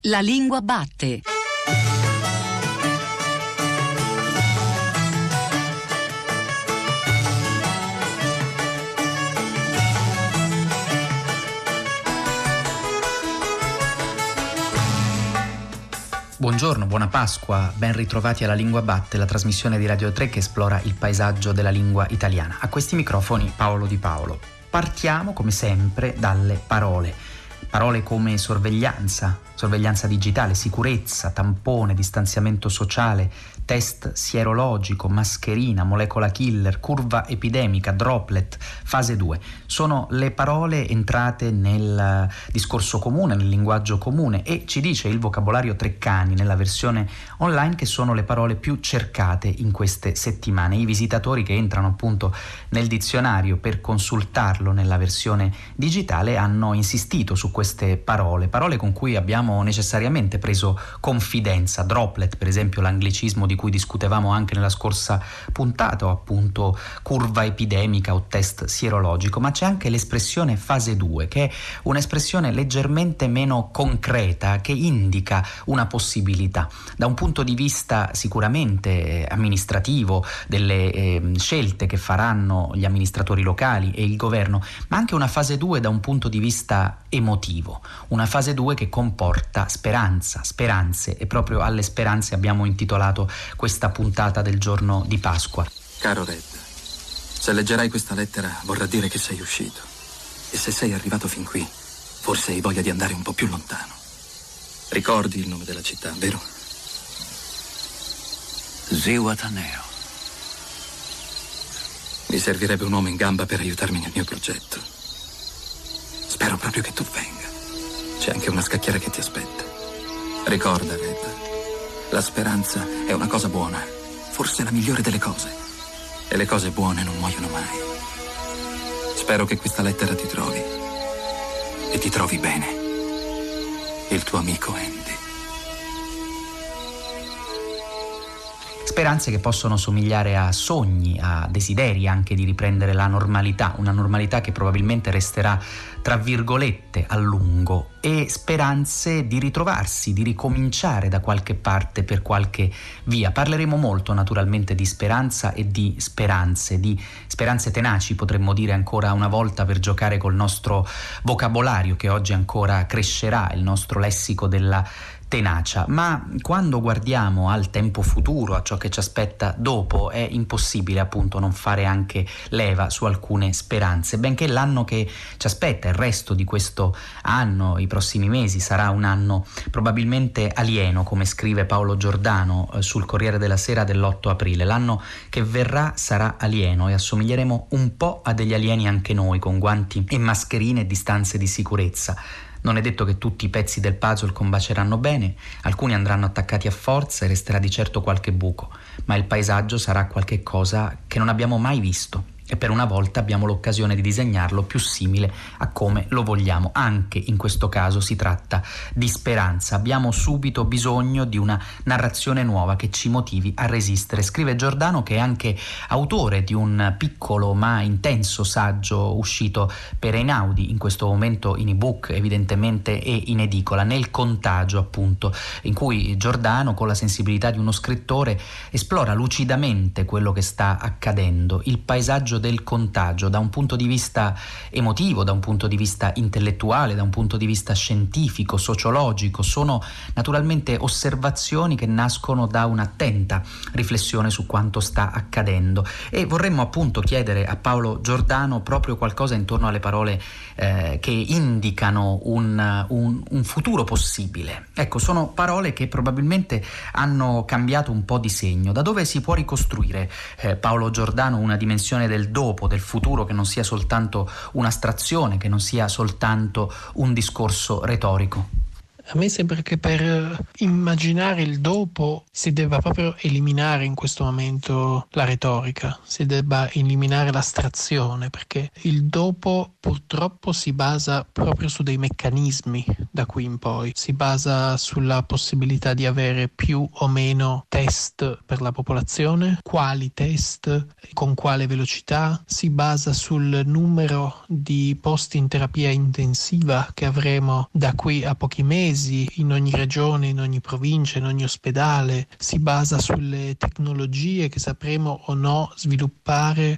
La lingua batte. Buongiorno, buona Pasqua, ben ritrovati alla Lingua Batte, la trasmissione di Radio 3 che esplora il paesaggio della lingua italiana. A questi microfoni Paolo Di Paolo. Partiamo come sempre dalle parole. Parole come sorveglianza digitale, sicurezza, tampone, distanziamento sociale, test sierologico, mascherina, molecola killer, curva epidemica, droplet, fase 2. Sono le parole entrate nel discorso comune, nel linguaggio comune, e ci dice il vocabolario Treccani nella versione online che sono le parole più cercate in queste settimane. I visitatori che entrano appunto nel dizionario per consultarlo nella versione digitale hanno insistito su queste parole con cui abbiamo necessariamente preso confidenza. Droplet, per esempio, l'anglicismo di cui discutevamo anche nella scorsa puntata, o appunto curva epidemica o test sierologico, ma c'è anche l'espressione fase 2, che è un'espressione leggermente meno concreta, che indica una possibilità da un punto di vista sicuramente amministrativo, delle scelte che faranno gli amministratori locali e il governo, ma anche una fase 2 da un punto di vista emotivo, una fase 2 che comporta speranze, e proprio alle speranze abbiamo intitolato questa puntata del giorno di Pasqua. Caro Red, se leggerai questa lettera vorrà dire che sei uscito, e se sei arrivato fin qui forse hai voglia di andare un po' più lontano. Ricordi il nome della città, vero? Zihuatanejo. Mi servirebbe un uomo in gamba per aiutarmi nel mio progetto. Spero proprio che tu venga. C'è anche una scacchiera che ti aspetta. Ricorda, Red, la speranza è una cosa buona, forse la migliore delle cose. E le cose buone non muoiono mai. Spero che questa lettera ti trovi. E ti trovi bene. Il tuo amico Andy. Speranze che possono somigliare a sogni, a desideri anche di riprendere la normalità, una normalità che probabilmente resterà tra virgolette a lungo, e speranze di ritrovarsi, di ricominciare da qualche parte, per qualche via. Parleremo molto naturalmente di speranza e di speranze tenaci, potremmo dire ancora una volta, per giocare col nostro vocabolario che oggi ancora crescerà, il nostro lessico della tenacia. Ma quando guardiamo al tempo futuro, a ciò che ci aspetta dopo, è impossibile appunto non fare anche leva su alcune speranze, benché l'anno che ci aspetta, il resto di questo anno, i prossimi mesi, sarà un anno probabilmente alieno, come scrive Paolo Giordano sul Corriere della Sera dell'8 aprile. L'anno che verrà sarà alieno e assomiglieremo un po' a degli alieni anche noi, con guanti e mascherine e distanze di sicurezza. Non è detto che tutti i pezzi del puzzle combaceranno bene, alcuni andranno attaccati a forza e resterà di certo qualche buco, ma il paesaggio sarà qualche cosa che non abbiamo mai visto, e per una volta abbiamo l'occasione di disegnarlo più simile a come lo vogliamo. Anche in questo caso si tratta di speranza. Abbiamo subito bisogno di una narrazione nuova che ci motivi a resistere. Scrive Giordano, che è anche autore di un piccolo ma intenso saggio uscito per Einaudi, in questo momento in ebook evidentemente e in edicola, Nel contagio, appunto, in cui Giordano, con la sensibilità di uno scrittore, esplora lucidamente quello che sta accadendo, il paesaggio del contagio, da un punto di vista emotivo, da un punto di vista intellettuale, da un punto di vista scientifico, sociologico. Sono naturalmente osservazioni che nascono da un'attenta riflessione su quanto sta accadendo, e vorremmo appunto chiedere a Paolo Giordano proprio qualcosa intorno alle parole che indicano un futuro possibile. Ecco, sono parole che probabilmente hanno cambiato un po' di segno. Da dove si può ricostruire, Paolo Giordano, una dimensione del dopo, del futuro, che non sia soltanto un'astrazione, che non sia soltanto un discorso retorico? A me sembra che per immaginare il dopo si debba proprio eliminare in questo momento la retorica, si debba eliminare l'astrazione, perché il dopo purtroppo si basa proprio su dei meccanismi da qui in poi, si basa sulla possibilità di avere più o meno test per la popolazione, quali test, con quale velocità, si basa sul numero di posti in terapia intensiva che avremo da qui a pochi mesi, paesi, in ogni regione, in ogni provincia, in ogni ospedale, si basa sulle tecnologie che sapremo o no sviluppare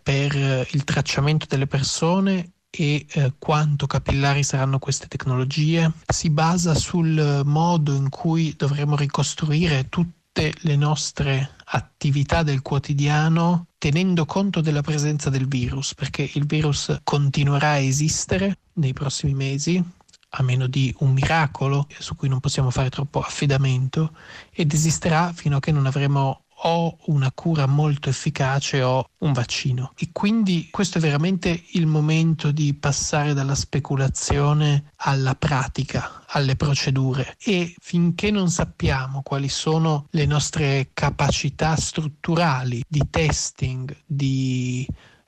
per il tracciamento delle persone e quanto capillari saranno queste tecnologie. Si basa sul modo in cui dovremo ricostruire tutte le nostre attività del quotidiano tenendo conto della presenza del virus, perché il virus continuerà a esistere nei prossimi mesi, a meno di un miracolo su cui non possiamo fare troppo affidamento, ed esisterà fino a che non avremo o una cura molto efficace o un vaccino. E quindi questo è veramente il momento di passare dalla speculazione alla pratica, alle procedure, e finché non sappiamo quali sono le nostre capacità strutturali di testing, di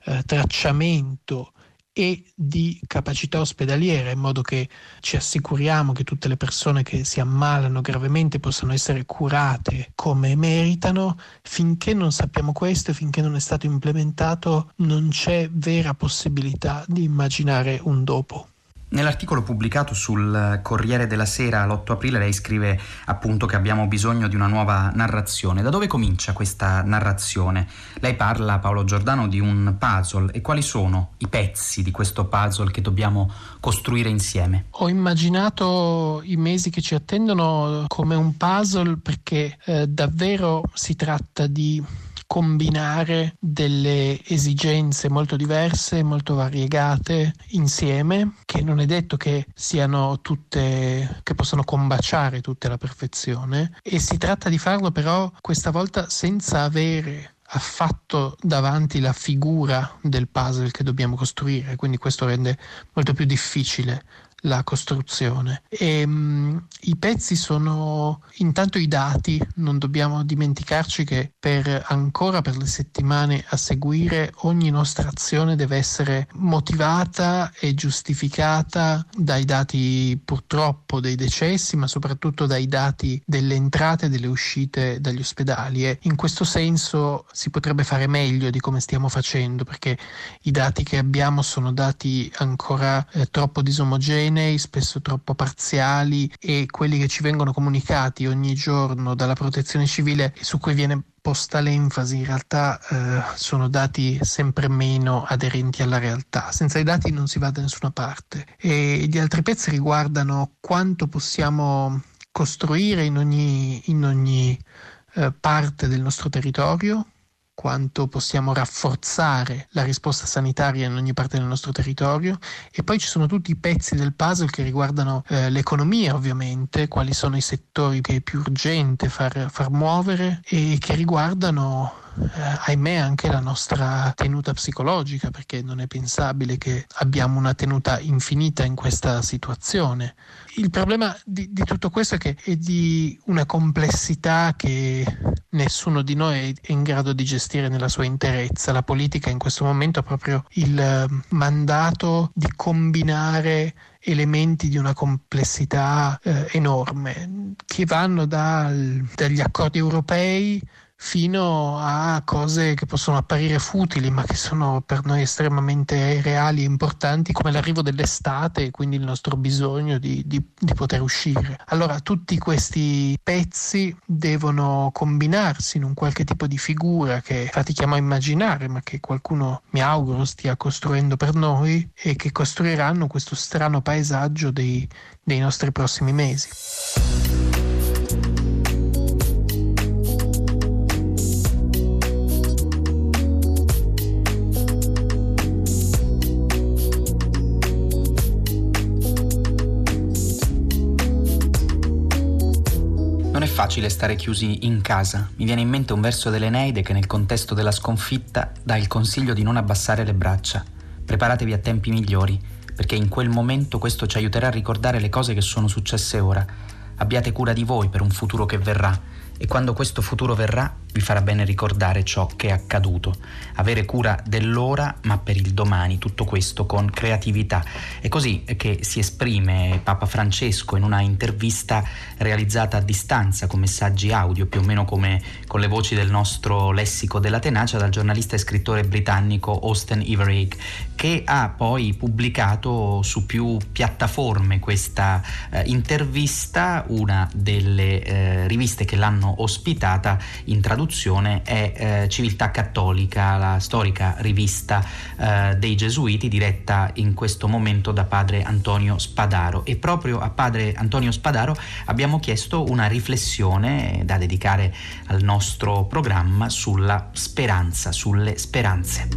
tracciamento e di capacità ospedaliera, in modo che ci assicuriamo che tutte le persone che si ammalano gravemente possano essere curate come meritano, finché non sappiamo questo e finché non è stato implementato non c'è vera possibilità di immaginare un dopo. Nell'articolo pubblicato sul Corriere della Sera l'8 aprile lei scrive appunto che abbiamo bisogno di una nuova narrazione. Da dove comincia questa narrazione? Lei parla, Paolo Giordano, di un puzzle, e quali sono i pezzi di questo puzzle che dobbiamo costruire insieme? Ho immaginato i mesi che ci attendono come un puzzle perché davvero si tratta di combinare delle esigenze molto diverse, molto variegate insieme, che non è detto che siano tutte, che possano combaciare tutte alla perfezione, e si tratta di farlo però questa volta senza avere affatto davanti la figura del puzzle che dobbiamo costruire, quindi questo rende molto più difficile la costruzione. E i pezzi sono intanto i dati. Non dobbiamo dimenticarci che per le settimane a seguire ogni nostra azione deve essere motivata e giustificata dai dati, purtroppo, dei decessi, ma soprattutto dai dati delle entrate e delle uscite dagli ospedali, e in questo senso si potrebbe fare meglio di come stiamo facendo, perché i dati che abbiamo sono dati ancora troppo disomogenei, spesso troppo parziali, e quelli che ci vengono comunicati ogni giorno dalla Protezione Civile e su cui viene posta l'enfasi in realtà sono dati sempre meno aderenti alla realtà. Senza i dati non si va da nessuna parte. E gli altri pezzi riguardano quanto possiamo costruire in ogni parte del nostro territorio, quanto possiamo rafforzare la risposta sanitaria in ogni parte del nostro territorio, e poi ci sono tutti i pezzi del puzzle che riguardano l'economia, ovviamente, quali sono i settori che è più urgente far muovere, e che riguardano ahimè anche la nostra tenuta psicologica, perché non è pensabile che abbiamo una tenuta infinita in questa situazione. Il problema di tutto questo è che è di una complessità che nessuno di noi è in grado di gestire nella sua interezza. La politica in questo momento ha proprio il mandato di combinare elementi di una complessità enorme, che vanno dagli accordi europei fino a cose che possono apparire futili ma che sono per noi estremamente reali e importanti, come l'arrivo dell'estate e quindi il nostro bisogno di poter uscire. Allora tutti questi pezzi devono combinarsi in un qualche tipo di figura che fatichiamo a immaginare, ma che qualcuno, mi auguro, stia costruendo per noi, e che costruiranno questo strano paesaggio dei nostri prossimi mesi. Facile stare chiusi in casa. Mi viene in mente un verso dell'Eneide che nel contesto della sconfitta dà il consiglio di non abbassare le braccia. Preparatevi a tempi migliori, perché in quel momento questo ci aiuterà a ricordare le cose che sono successe ora. Abbiate cura di voi per un futuro che verrà, e quando questo futuro verrà vi farà bene ricordare ciò che è accaduto, avere cura dell'ora ma per il domani, tutto questo con creatività. È così che si esprime Papa Francesco in una intervista realizzata a distanza con messaggi audio, più o meno come con le voci del nostro lessico della tenacia, dal giornalista e scrittore britannico Austen Ivereigh, che ha poi pubblicato su più piattaforme questa intervista. Una delle riviste che l'hanno ospitata in traduzione è Civiltà Cattolica, la storica rivista dei Gesuiti, diretta in questo momento da padre Antonio Spadaro, e proprio a padre Antonio Spadaro abbiamo chiesto una riflessione da dedicare al nostro programma sulla speranza, sulle speranze.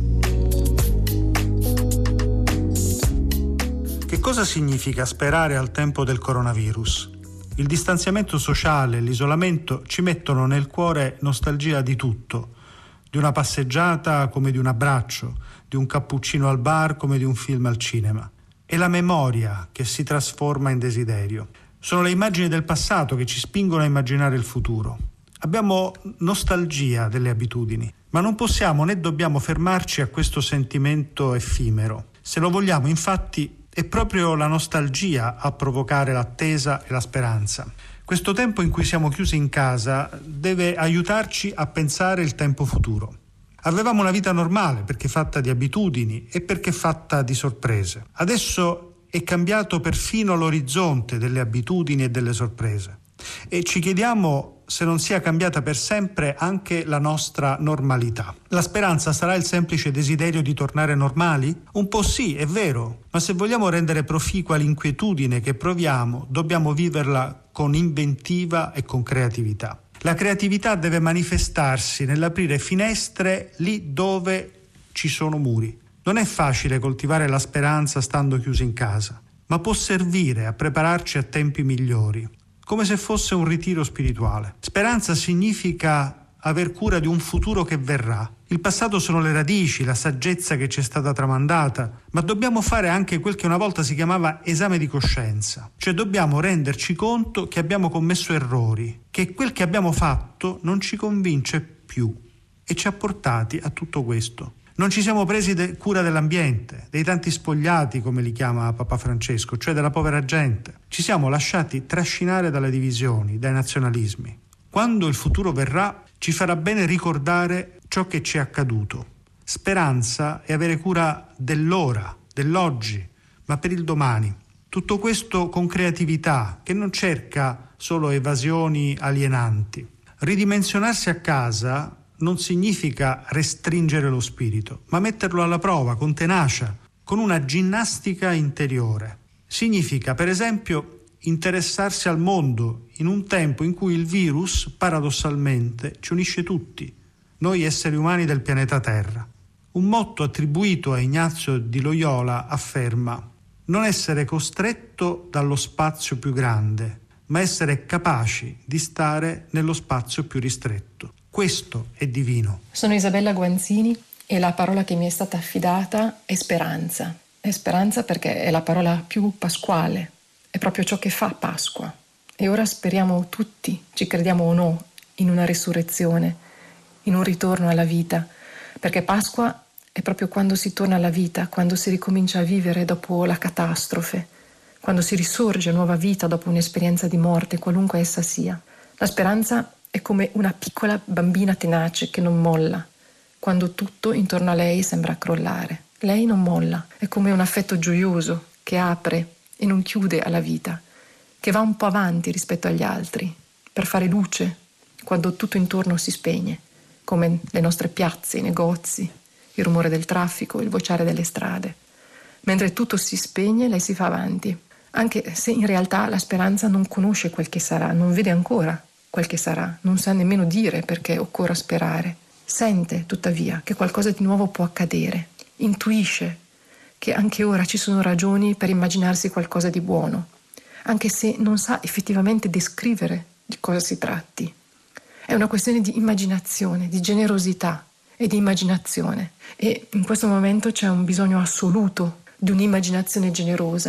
Che cosa significa sperare al tempo del coronavirus? Il distanziamento sociale e l'isolamento ci mettono nel cuore nostalgia di tutto, di una passeggiata come di un abbraccio, di un cappuccino al bar come di un film al cinema. È la memoria che si trasforma in desiderio. Sono le immagini del passato che ci spingono a immaginare il futuro. Abbiamo nostalgia delle abitudini, ma non possiamo né dobbiamo fermarci a questo sentimento effimero. Se lo vogliamo, infatti, è proprio la nostalgia a provocare l'attesa e la speranza. Questo tempo in cui siamo chiusi in casa deve aiutarci a pensare il tempo futuro. Avevamo una vita normale perché fatta di abitudini e perché fatta di sorprese. Adesso è cambiato perfino l'orizzonte delle abitudini e delle sorprese. E ci chiediamo se non sia cambiata per sempre anche la nostra normalità. La speranza sarà il semplice desiderio di tornare normali? Un po' sì, è vero, ma se vogliamo rendere proficua l'inquietudine che proviamo, dobbiamo viverla con inventiva e con creatività. La creatività deve manifestarsi nell'aprire finestre lì dove ci sono muri. Non è facile coltivare la speranza stando chiusi in casa, ma può servire a prepararci a tempi migliori, come se fosse un ritiro spirituale. Speranza significa aver cura di un futuro che verrà. Il passato sono le radici, la saggezza che ci è stata tramandata, ma dobbiamo fare anche quel che una volta si chiamava esame di coscienza, cioè dobbiamo renderci conto che abbiamo commesso errori, che quel che abbiamo fatto non ci convince più e ci ha portati a tutto questo. Non ci siamo presi cura dell'ambiente, dei tanti spogliati, come li chiama Papa Francesco, cioè della povera gente. Ci siamo lasciati trascinare dalle divisioni, dai nazionalismi. Quando il futuro verrà, ci farà bene ricordare ciò che ci è accaduto. Speranza è avere cura dell'ora, dell'oggi, ma per il domani. Tutto questo con creatività, che non cerca solo evasioni alienanti. Ridimensionarsi a casa non significa restringere lo spirito, ma metterlo alla prova con tenacia, con una ginnastica interiore. Significa, per esempio, interessarsi al mondo in un tempo in cui il virus, paradossalmente, ci unisce tutti, noi esseri umani del pianeta Terra. Un motto attribuito a Ignazio di Loyola afferma: non essere costretto dallo spazio più grande, ma essere capaci di stare nello spazio più ristretto. Questo è divino. Sono Isabella Guanzini e la parola che mi è stata affidata è speranza. È speranza perché è la parola più pasquale, è proprio ciò che fa Pasqua. E ora speriamo tutti, ci crediamo o no, in una risurrezione, in un ritorno alla vita, perché Pasqua è proprio quando si torna alla vita, quando si ricomincia a vivere dopo la catastrofe, quando si risorge nuova vita dopo un'esperienza di morte, qualunque essa sia. La speranza è come una piccola bambina tenace che non molla, quando tutto intorno a lei sembra crollare. Lei non molla, è come un affetto gioioso che apre e non chiude alla vita, che va un po' avanti rispetto agli altri, per fare luce quando tutto intorno si spegne, come le nostre piazze, i negozi, il rumore del traffico, il vociare delle strade. Mentre tutto si spegne, lei si fa avanti, anche se in realtà la speranza non conosce quel che sarà, non vede ancora quel che sarà, non sa nemmeno dire perché occorra sperare. Sente, tuttavia, che qualcosa di nuovo può accadere, intuisce che anche ora ci sono ragioni per immaginarsi qualcosa di buono, anche se non sa effettivamente descrivere di cosa si tratti. È una questione di immaginazione, di generosità e di immaginazione, e in questo momento c'è un bisogno assoluto di un'immaginazione generosa,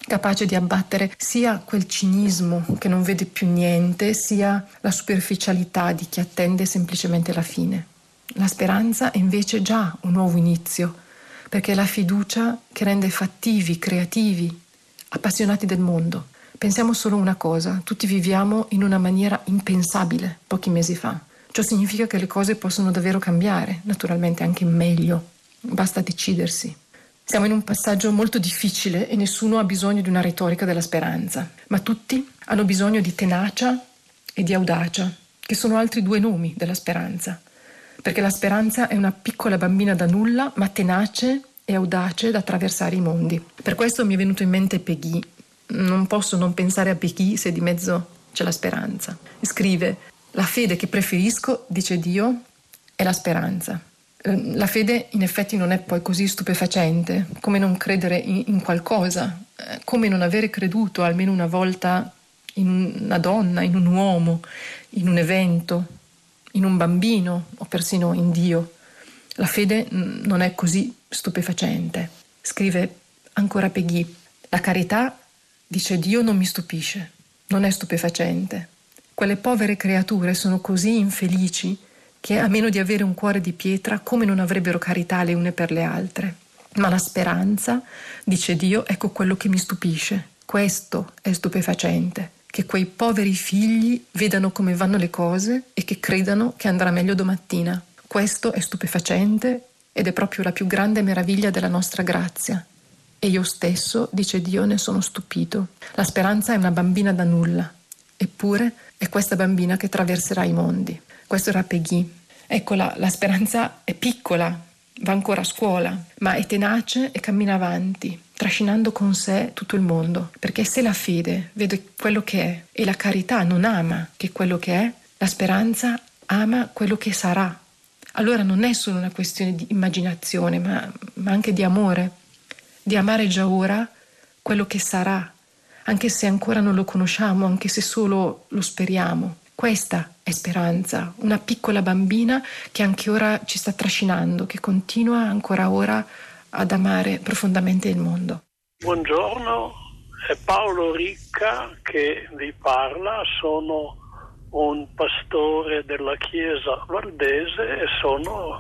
capace di abbattere sia quel cinismo che non vede più niente, sia la superficialità di chi attende semplicemente la fine. La speranza è invece già un nuovo inizio, perché è la fiducia che rende fattivi, creativi, appassionati del mondo. Pensiamo solo una cosa: tutti viviamo in una maniera impensabile pochi mesi fa. Ciò significa che le cose possono davvero cambiare, naturalmente anche in meglio. Basta decidersi. Siamo in un passaggio molto difficile e nessuno ha bisogno di una retorica della speranza, ma tutti hanno bisogno di tenacia e di audacia, che sono altri due nomi della speranza. Perché la speranza è una piccola bambina da nulla, ma tenace e audace da attraversare i mondi. Per questo mi è venuto in mente Peggy. Non posso non pensare a Peggy se di mezzo c'è la speranza. Scrive: la fede che preferisco, dice Dio, è la speranza. La fede in effetti non è poi così stupefacente, come non credere in qualcosa, come non avere creduto almeno una volta in una donna, in un uomo, in un evento, in un bambino o persino in Dio. La fede non è così stupefacente. Scrive ancora Peggy: la carità, dice Dio, non mi stupisce, non è stupefacente. Quelle povere creature sono così infelici che a meno di avere un cuore di pietra, come non avrebbero carità le une per le altre. Ma la speranza, dice Dio, ecco quello che mi stupisce. Questo è stupefacente, che quei poveri figli vedano come vanno le cose e che credano che andrà meglio domattina. Questo è stupefacente ed è proprio la più grande meraviglia della nostra grazia. E io stesso, dice Dio, ne sono stupito. La speranza è una bambina da nulla, eppure è questa bambina che attraverserà i mondi. Questo era Peggy. Ecco, la speranza è piccola, va ancora a scuola, ma è tenace e cammina avanti, trascinando con sé tutto il mondo. Perché se la fede vede quello che è e la carità non ama che quello che è, la speranza ama quello che sarà. Allora non è solo una questione di immaginazione, ma anche di amore. Di amare già ora quello che sarà, anche se ancora non lo conosciamo, anche se solo lo speriamo. Questa è speranza, una piccola bambina che anche ora ci sta trascinando, che continua ancora ora ad amare profondamente il mondo. Buongiorno, è Paolo Ricca che vi parla, sono un pastore della Chiesa Valdese e sono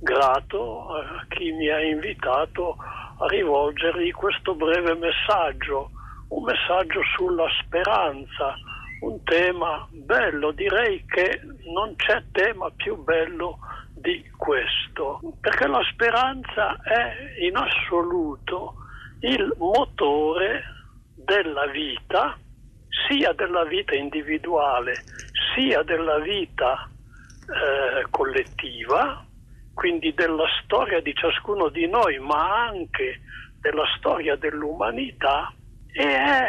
grato a chi mi ha invitato a rivolgergli questo breve messaggio, un messaggio sulla speranza. Un tema bello, direi che non c'è tema più bello di questo, perché la speranza è in assoluto il motore della vita, sia della vita individuale, sia della vita collettiva, quindi della storia di ciascuno di noi, ma anche della storia dell'umanità. E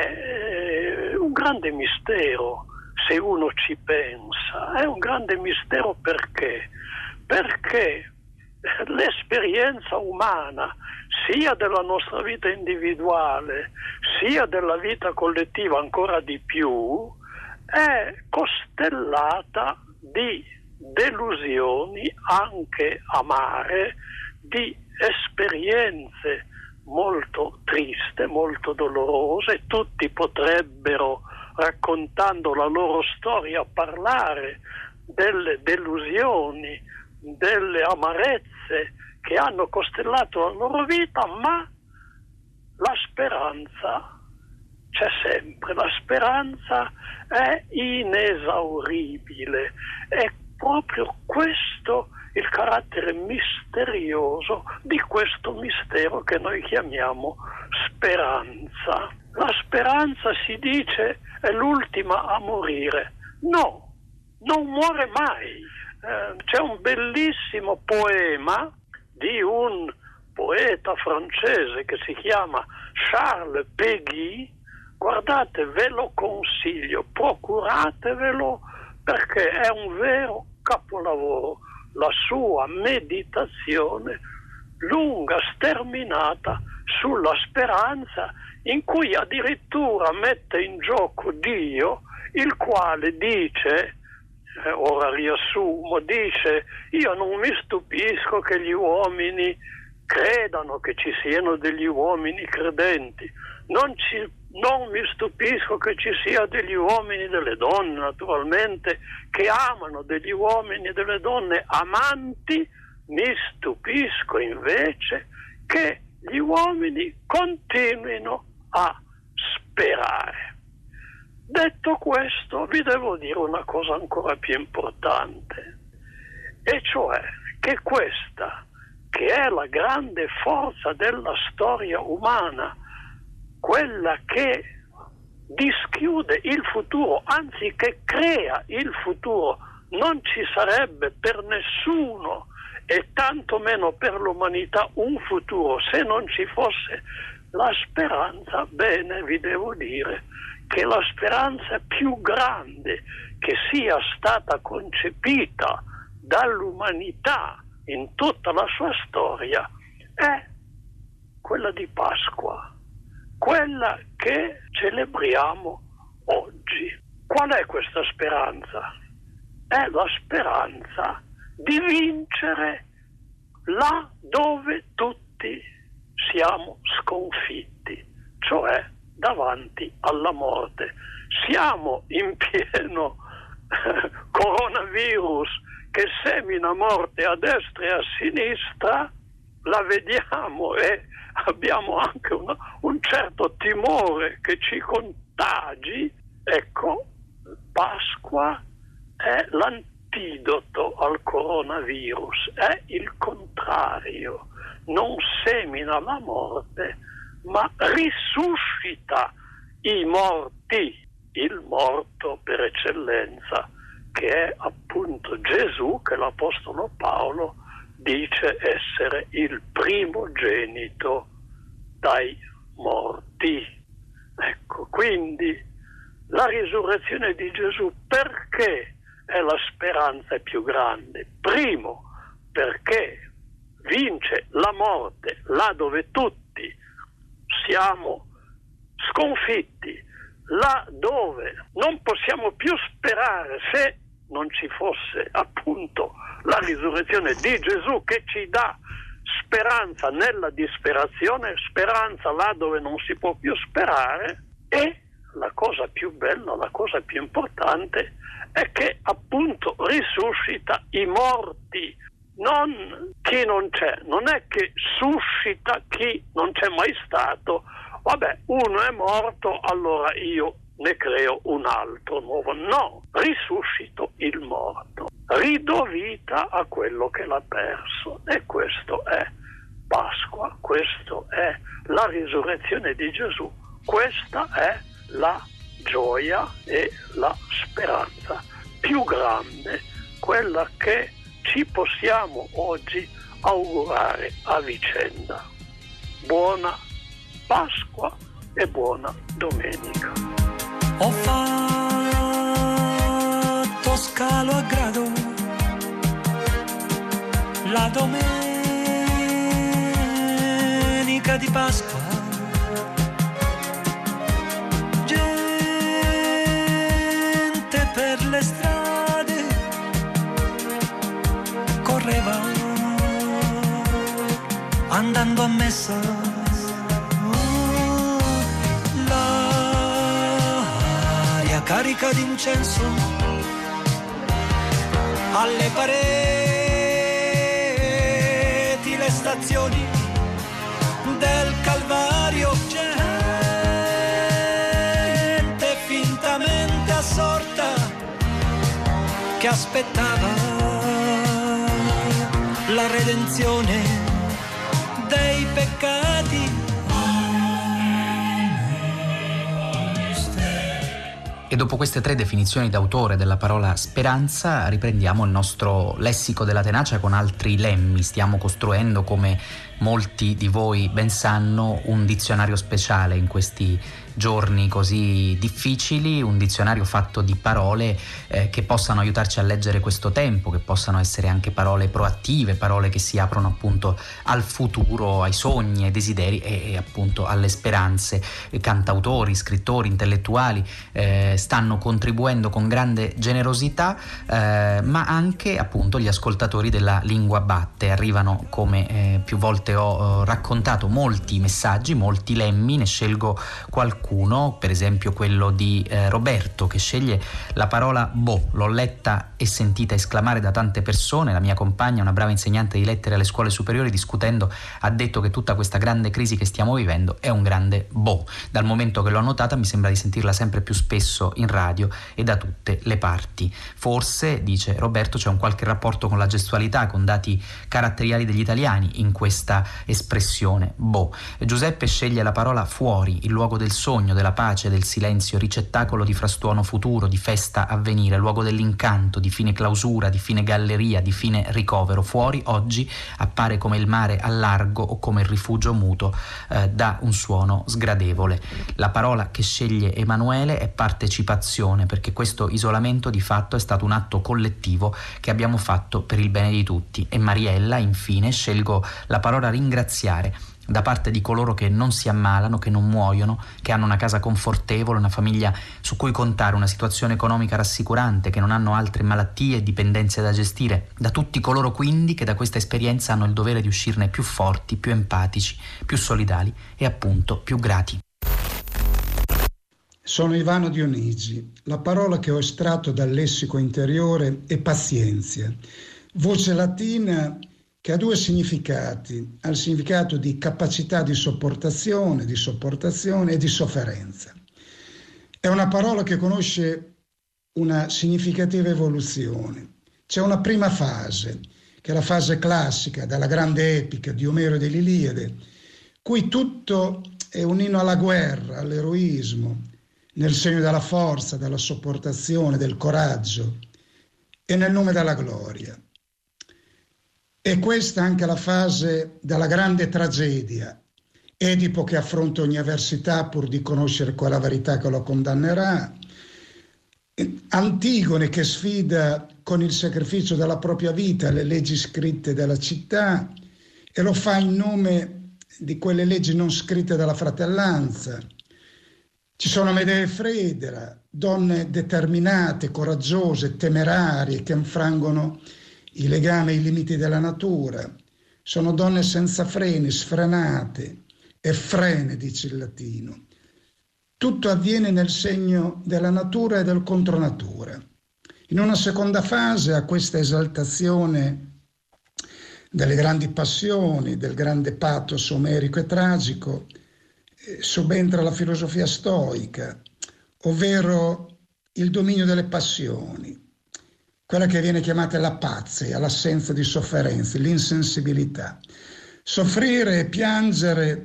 è un grande mistero, se uno ci pensa. È un grande mistero perché? Perché l'esperienza umana, sia della nostra vita individuale, sia della vita collettiva ancora di più, è costellata di delusioni, anche amare, di esperienze molto triste, molto dolorose. Tutti potrebbero, raccontando la loro storia, parlare delle delusioni, delle amarezze che hanno costellato la loro vita, ma la speranza c'è sempre, la speranza è inesauribile. È proprio questo il carattere misterioso di questo mistero che noi chiamiamo speranza. La speranza, si dice, è l'ultima a morire. No, non muore mai. C'è un bellissimo poema di un poeta francese che si chiama Charles Péguy. Guardate, ve lo consiglio, procuratevelo, perché è un vero capolavoro. La sua meditazione lunga, sterminata sulla speranza, in cui addirittura mette in gioco Dio, il quale dice, ora riassumo, dice: io non mi stupisco che gli uomini credano, che ci siano degli uomini credenti, non ci Non mi stupisco che ci sia degli uomini e delle donne, naturalmente, che amano degli uomini e delle donne amanti. Mi stupisco invece che gli uomini continuino a sperare. Detto questo, vi devo dire una cosa ancora più importante, e cioè che questa, che è la grande forza della storia umana, quella che dischiude il futuro, anzi che crea il futuro, non ci sarebbe per nessuno e tanto meno per l'umanità un futuro se non ci fosse la speranza. Bene, vi devo dire che la speranza più grande che sia stata concepita dall'umanità in tutta la sua storia è quella di Pasqua, quella che celebriamo oggi. Qual è questa speranza? È la speranza di vincere là dove tutti siamo sconfitti, cioè davanti alla morte. Siamo in pieno coronavirus che semina morte a destra e a sinistra, la vediamo e abbiamo anche un certo timore che ci contagi. Ecco, Pasqua è l'antidoto al coronavirus, è il contrario, non semina la morte, ma risuscita i morti, il morto per eccellenza, che è appunto Gesù, che l'Apostolo Paolo dice essere il primogenito dai morti. Ecco, quindi la risurrezione di Gesù perché è la speranza più grande? Primo, perché vince la morte là dove tutti siamo sconfitti, là dove non possiamo più sperare se non ci fosse appunto la risurrezione di Gesù, che ci dà speranza nella disperazione, speranza là dove non si può più sperare. E la cosa più bella, la cosa più importante è che appunto risuscita i morti, non chi non c'è, non è che suscita chi non c'è mai stato. Vabbè, uno è morto, allora io ne creo un altro nuovo. No, risuscito il morto, ridò vita a quello che l'ha perso. E questo è Pasqua, questo è la risurrezione di Gesù, questa è la gioia e la speranza più grande, quella che ci possiamo oggi augurare a vicenda. Buona Pasqua e buona domenica. Ho fatto scalo a grado la domenica di Pasqua, gente per le strade correva andando a messa. Carica d'incenso alle pareti, le stazioni del Calvario, gente fintamente assorta che aspettava la redenzione dei peccati. E dopo queste tre definizioni d'autore della parola speranza riprendiamo il nostro lessico della tenacia con altri lemmi. Stiamo costruendo, come molti di voi ben sanno, un dizionario speciale in questi giorni così difficili, un dizionario fatto di parole che possano aiutarci a leggere questo tempo, che possano essere anche parole proattive, parole che si aprono appunto al futuro, ai sogni, ai desideri e appunto alle speranze. Cantautori, scrittori, intellettuali stanno contribuendo con grande generosità, ma anche appunto gli ascoltatori della Lingua Batte. Arrivano, come più volte ho raccontato, molti messaggi, molti lemmi, ne scelgo qualcuno qualcuno, per esempio quello di Roberto, che sceglie la parola boh. L'ho letta e sentita esclamare da tante persone. La mia compagna, una brava insegnante di lettere alle scuole superiori, discutendo ha detto che tutta questa grande crisi che stiamo vivendo è un grande boh. Dal momento che l'ho notata mi sembra di sentirla sempre più spesso in radio e da tutte le parti. Forse, dice Roberto, c'è un qualche rapporto con la gestualità, con dati caratteriali degli italiani in questa espressione boh. Giuseppe sceglie la parola fuori, il luogo del sogno, della pace, del silenzio, ricettacolo di frastuono futuro, di festa a venire, luogo dell'incanto, di fine clausura, di fine galleria, di fine ricovero. Fuori oggi appare come il mare al largo o come il rifugio muto da un suono sgradevole. La parola che sceglie Emanuele è partecipazione, perché questo isolamento di fatto è stato un atto collettivo che abbiamo fatto per il bene di tutti. E Mariella, infine, scelgo la parola ringraziare, da parte di coloro che non si ammalano, che non muoiono, che hanno una casa confortevole, una famiglia su cui contare, una situazione economica rassicurante, che non hanno altre malattie e dipendenze da gestire, da tutti coloro quindi che da questa esperienza hanno il dovere di uscirne più forti, più empatici, più solidali e appunto più grati. Sono Ivano Dionigi. La parola che ho estratto dal lessico interiore è pazienza, voce latina che ha due significati: ha il significato di capacità di sopportazione e di sofferenza. È una parola che conosce una significativa evoluzione. C'è una prima fase, che è la fase classica della grande epica di Omero e dell'Iliade, cui tutto è un inno alla guerra, all'eroismo, nel segno della forza, della sopportazione, del coraggio e nel nome della gloria. E questa è anche la fase della grande tragedia. Edipo che affronta ogni avversità pur di conoscere quella verità che lo condannerà. Antigone che sfida con il sacrificio della propria vita le leggi scritte della città e lo fa in nome di quelle leggi non scritte della fratellanza. Ci sono Medea e Fredera, donne determinate, coraggiose, temerarie che infrangono i legami e i limiti della natura. Sono donne senza freni, sfrenate, e frene, dice il latino. Tutto avviene nel segno della natura e del contronatura. In una seconda fase, a questa esaltazione delle grandi passioni, del grande pathos omerico e tragico, subentra la filosofia stoica, ovvero il dominio delle passioni, quella che viene chiamata la pazia, l'assenza di sofferenze, l'insensibilità. Soffrire e piangere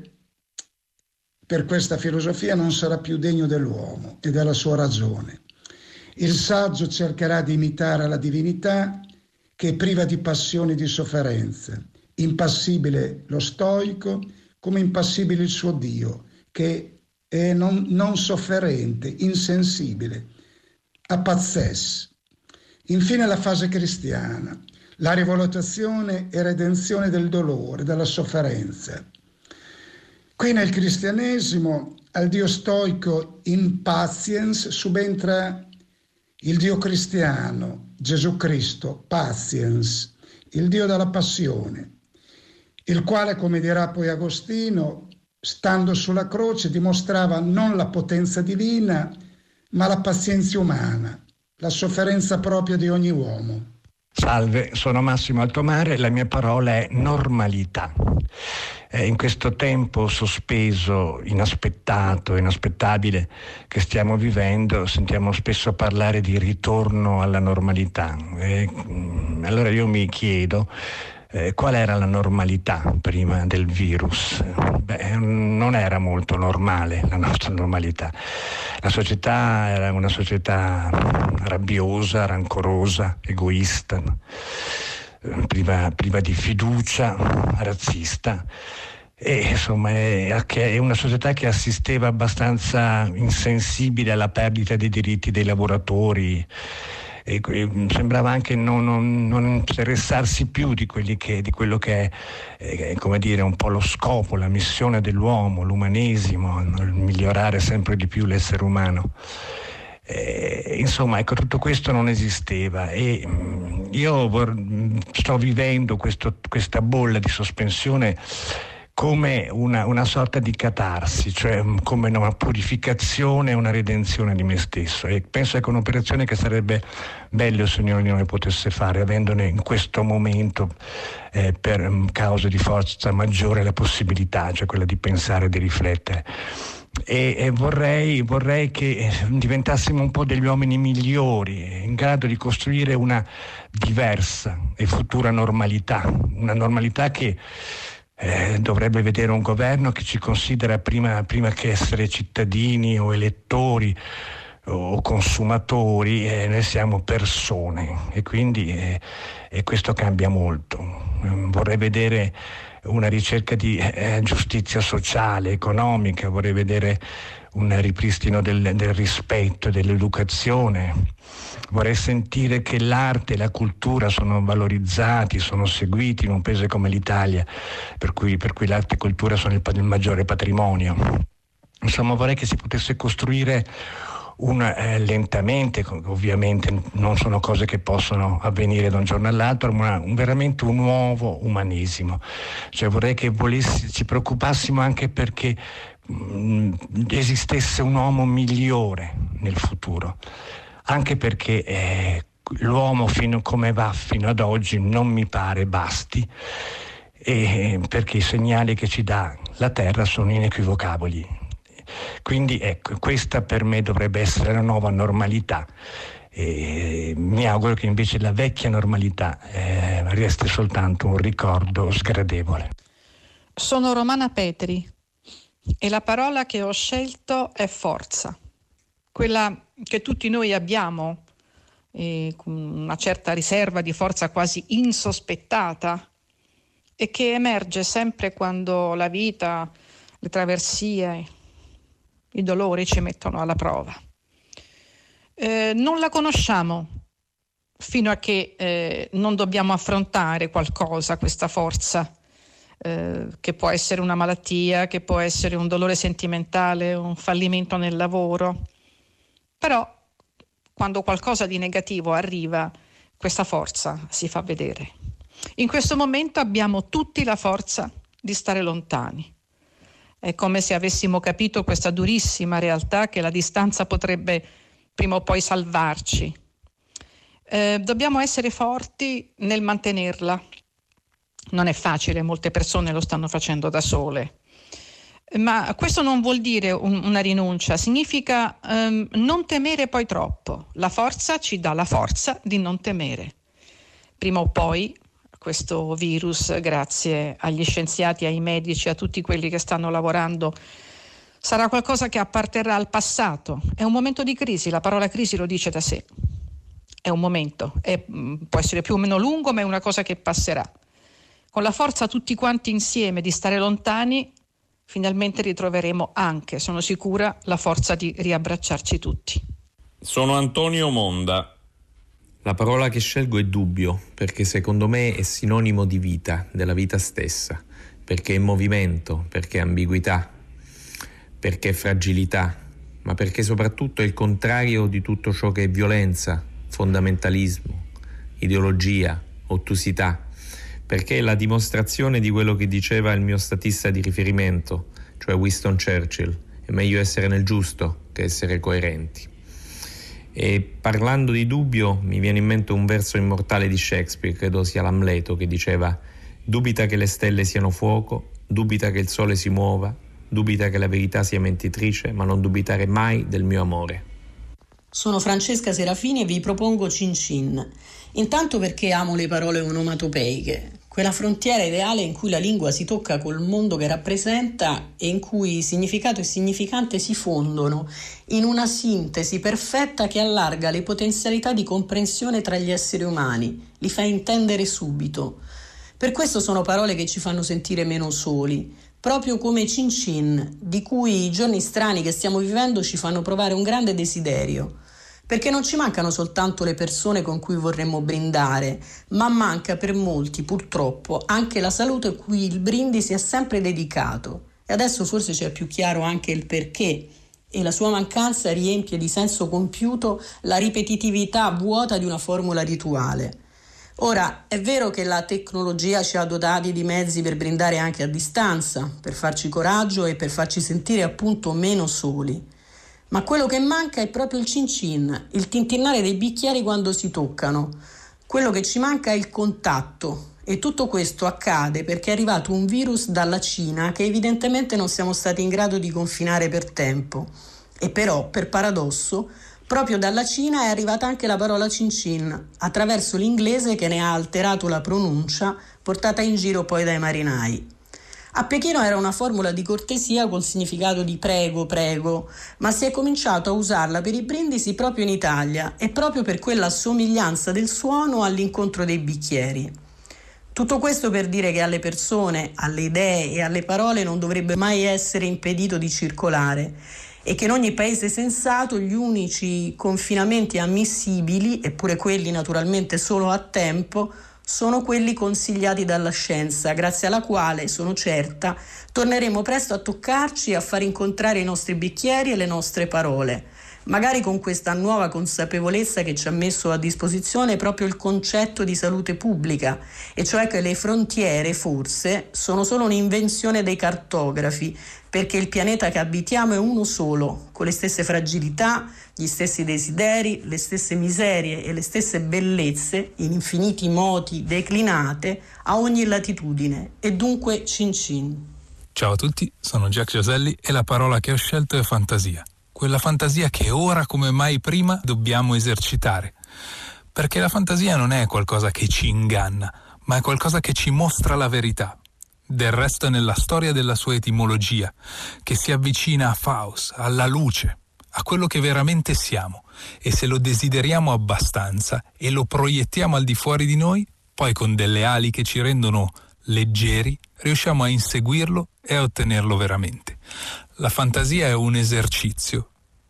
per questa filosofia non sarà più degno dell'uomo e della sua ragione. Il saggio cercherà di imitare la divinità che è priva di passioni e di sofferenze. Impassibile lo stoico, come impassibile il suo Dio, che è non sofferente, insensibile, apazzes. Infine la fase cristiana, la rivalutazione e redenzione del dolore, della sofferenza. Qui nel cristianesimo al Dio stoico impatiens subentra il Dio cristiano, Gesù Cristo, patiens, il Dio della passione, il quale, come dirà poi Agostino, stando sulla croce dimostrava non la potenza divina, ma la pazienza umana, la sofferenza propria di ogni uomo. Salve, sono Massimo Altomare, la mia parola è normalità. In questo tempo sospeso, inaspettato, inaspettabile che stiamo vivendo, sentiamo spesso parlare di ritorno alla normalità. Allora io mi chiedo qual era la normalità prima del virus? Non era molto normale la nostra normalità. La società era una società rabbiosa, rancorosa, egoista, priva di fiducia, razzista. E insomma è una società che assisteva abbastanza insensibile alla perdita dei diritti dei lavoratori. E sembrava anche non interessarsi più di quello che è come dire un po' lo scopo, la missione dell'uomo, l'umanesimo, il migliorare sempre di più l'essere umano. Insomma, ecco, tutto questo non esisteva e io sto vivendo questa bolla di sospensione come una sorta di catarsi, cioè come una purificazione, una redenzione di me stesso, e penso che è un'operazione che sarebbe bello se ognuno di noi potesse fare, avendone in questo momento per cause di forza maggiore la possibilità, cioè quella di pensare e di riflettere. E vorrei che diventassimo un po' degli uomini migliori, in grado di costruire una diversa e futura normalità, una normalità che dovrebbe vedere un governo che ci considera prima che essere cittadini o elettori o consumatori, noi siamo persone, e quindi questo cambia molto. Vorrei vedere una ricerca di giustizia sociale, economica, vorrei vedere un ripristino del rispetto, dell'educazione. Vorrei sentire che l'arte e la cultura sono valorizzati, sono seguiti in un paese come l'Italia, per cui l'arte e cultura sono il maggiore patrimonio. Insomma, vorrei che si potesse costruire lentamente, ovviamente non sono cose che possono avvenire da un giorno all'altro, ma veramente un nuovo umanesimo. Cioè vorrei che ci preoccupassimo anche perché esistesse un uomo migliore nel futuro, anche perché l'uomo come va fino ad oggi non mi pare basti, e perché i segnali che ci dà la Terra sono inequivocabili. Quindi ecco, questa per me dovrebbe essere la nuova normalità, e mi auguro che invece la vecchia normalità resti soltanto un ricordo sgradevole. Sono Romana Petri e la parola che ho scelto è forza, quella che tutti noi abbiamo, con una certa riserva di forza quasi insospettata, e che emerge sempre quando la vita, le traversie, i dolori ci mettono alla prova. Non la conosciamo fino a che non dobbiamo affrontare qualcosa, questa forza, che può essere una malattia, che può essere un dolore sentimentale, un fallimento nel lavoro. Però quando qualcosa di negativo arriva, questa forza si fa vedere. In questo momento abbiamo tutti la forza di stare lontani. È come se avessimo capito questa durissima realtà, che la distanza potrebbe prima o poi salvarci. Dobbiamo essere forti nel mantenerla. Non è facile, molte persone lo stanno facendo da sole. Ma questo non vuol dire una rinuncia, significa non temere poi troppo. La forza ci dà la forza di non temere. Prima o poi questo virus, grazie agli scienziati, ai medici, a tutti quelli che stanno lavorando, sarà qualcosa che apparterrà al passato. È un momento di crisi, la parola crisi lo dice da sé. È un momento, può essere più o meno lungo, ma è una cosa che passerà. Con la forza tutti quanti insieme di stare lontani, finalmente ritroveremo anche, sono sicura, la forza di riabbracciarci tutti. Sono Antonio Monda. La parola che scelgo è dubbio, perché secondo me è sinonimo di vita, della vita stessa, perché è movimento, perché è ambiguità, perché è fragilità, ma perché soprattutto è il contrario di tutto ciò che è violenza, fondamentalismo, ideologia, ottusità, perché è la dimostrazione di quello che diceva il mio statista di riferimento, cioè Winston Churchill: è meglio essere nel giusto che essere coerenti. E parlando di dubbio mi viene in mente un verso immortale di Shakespeare, credo sia l'Amleto, che diceva: dubita che le stelle siano fuoco, dubita che il sole si muova, dubita che la verità sia mentitrice, ma non dubitare mai del mio amore. Sono Francesca Serafini e vi propongo Cin Cin. Intanto perché amo le parole onomatopeiche, quella frontiera ideale in cui la lingua si tocca col mondo che rappresenta e in cui significato e significante si fondono in una sintesi perfetta che allarga le potenzialità di comprensione tra gli esseri umani, li fa intendere subito. Per questo sono parole che ci fanno sentire meno soli, proprio come Cin Cin, di cui i giorni strani che stiamo vivendo ci fanno provare un grande desiderio. Perché non ci mancano soltanto le persone con cui vorremmo brindare, ma manca per molti, purtroppo, anche la salute a cui il brindisi è sempre dedicato. E adesso forse c'è più chiaro anche il perché, e la sua mancanza riempie di senso compiuto la ripetitività vuota di una formula rituale. Ora, è vero che la tecnologia ci ha dotati di mezzi per brindare anche a distanza, per farci coraggio e per farci sentire appunto meno soli. Ma quello che manca è proprio il cin cin, il tintinnare dei bicchieri quando si toccano. Quello che ci manca è il contatto. E tutto questo accade perché è arrivato un virus dalla Cina che evidentemente non siamo stati in grado di confinare per tempo. E però, per paradosso, proprio dalla Cina è arrivata anche la parola cin cin, attraverso l'inglese che ne ha alterato la pronuncia, portata in giro poi dai marinai. A Pechino era una formula di cortesia col significato di prego, prego, ma si è cominciato a usarla per i brindisi proprio in Italia e proprio per quella somiglianza del suono all'incontro dei bicchieri. Tutto questo per dire che alle persone, alle idee e alle parole non dovrebbe mai essere impedito di circolare e che in ogni paese sensato gli unici confinamenti ammissibili, eppure quelli naturalmente solo a tempo, sono quelli consigliati dalla scienza, grazie alla quale, sono certa, torneremo presto a toccarci e a far incontrare i nostri bicchieri e le nostre parole, magari con questa nuova consapevolezza che ci ha messo a disposizione proprio il concetto di salute pubblica, e cioè che le frontiere forse sono solo un'invenzione dei cartografi, perché il pianeta che abitiamo è uno solo, con le stesse fragilità, gli stessi desideri, le stesse miserie e le stesse bellezze, in infiniti modi declinate, a ogni latitudine, e dunque cin cin. Ciao a tutti, sono Jack Gioselli e la parola che ho scelto è fantasia. Quella fantasia che ora come mai prima dobbiamo esercitare. Perché la fantasia non è qualcosa che ci inganna, ma è qualcosa che ci mostra la verità. Del resto è nella storia della sua etimologia, che si avvicina a Faust, alla luce, a quello che veramente siamo, e se lo desideriamo abbastanza e lo proiettiamo al di fuori di noi, poi con delle ali che ci rendono leggeri, riusciamo a inseguirlo e a ottenerlo veramente. La fantasia è un esercizio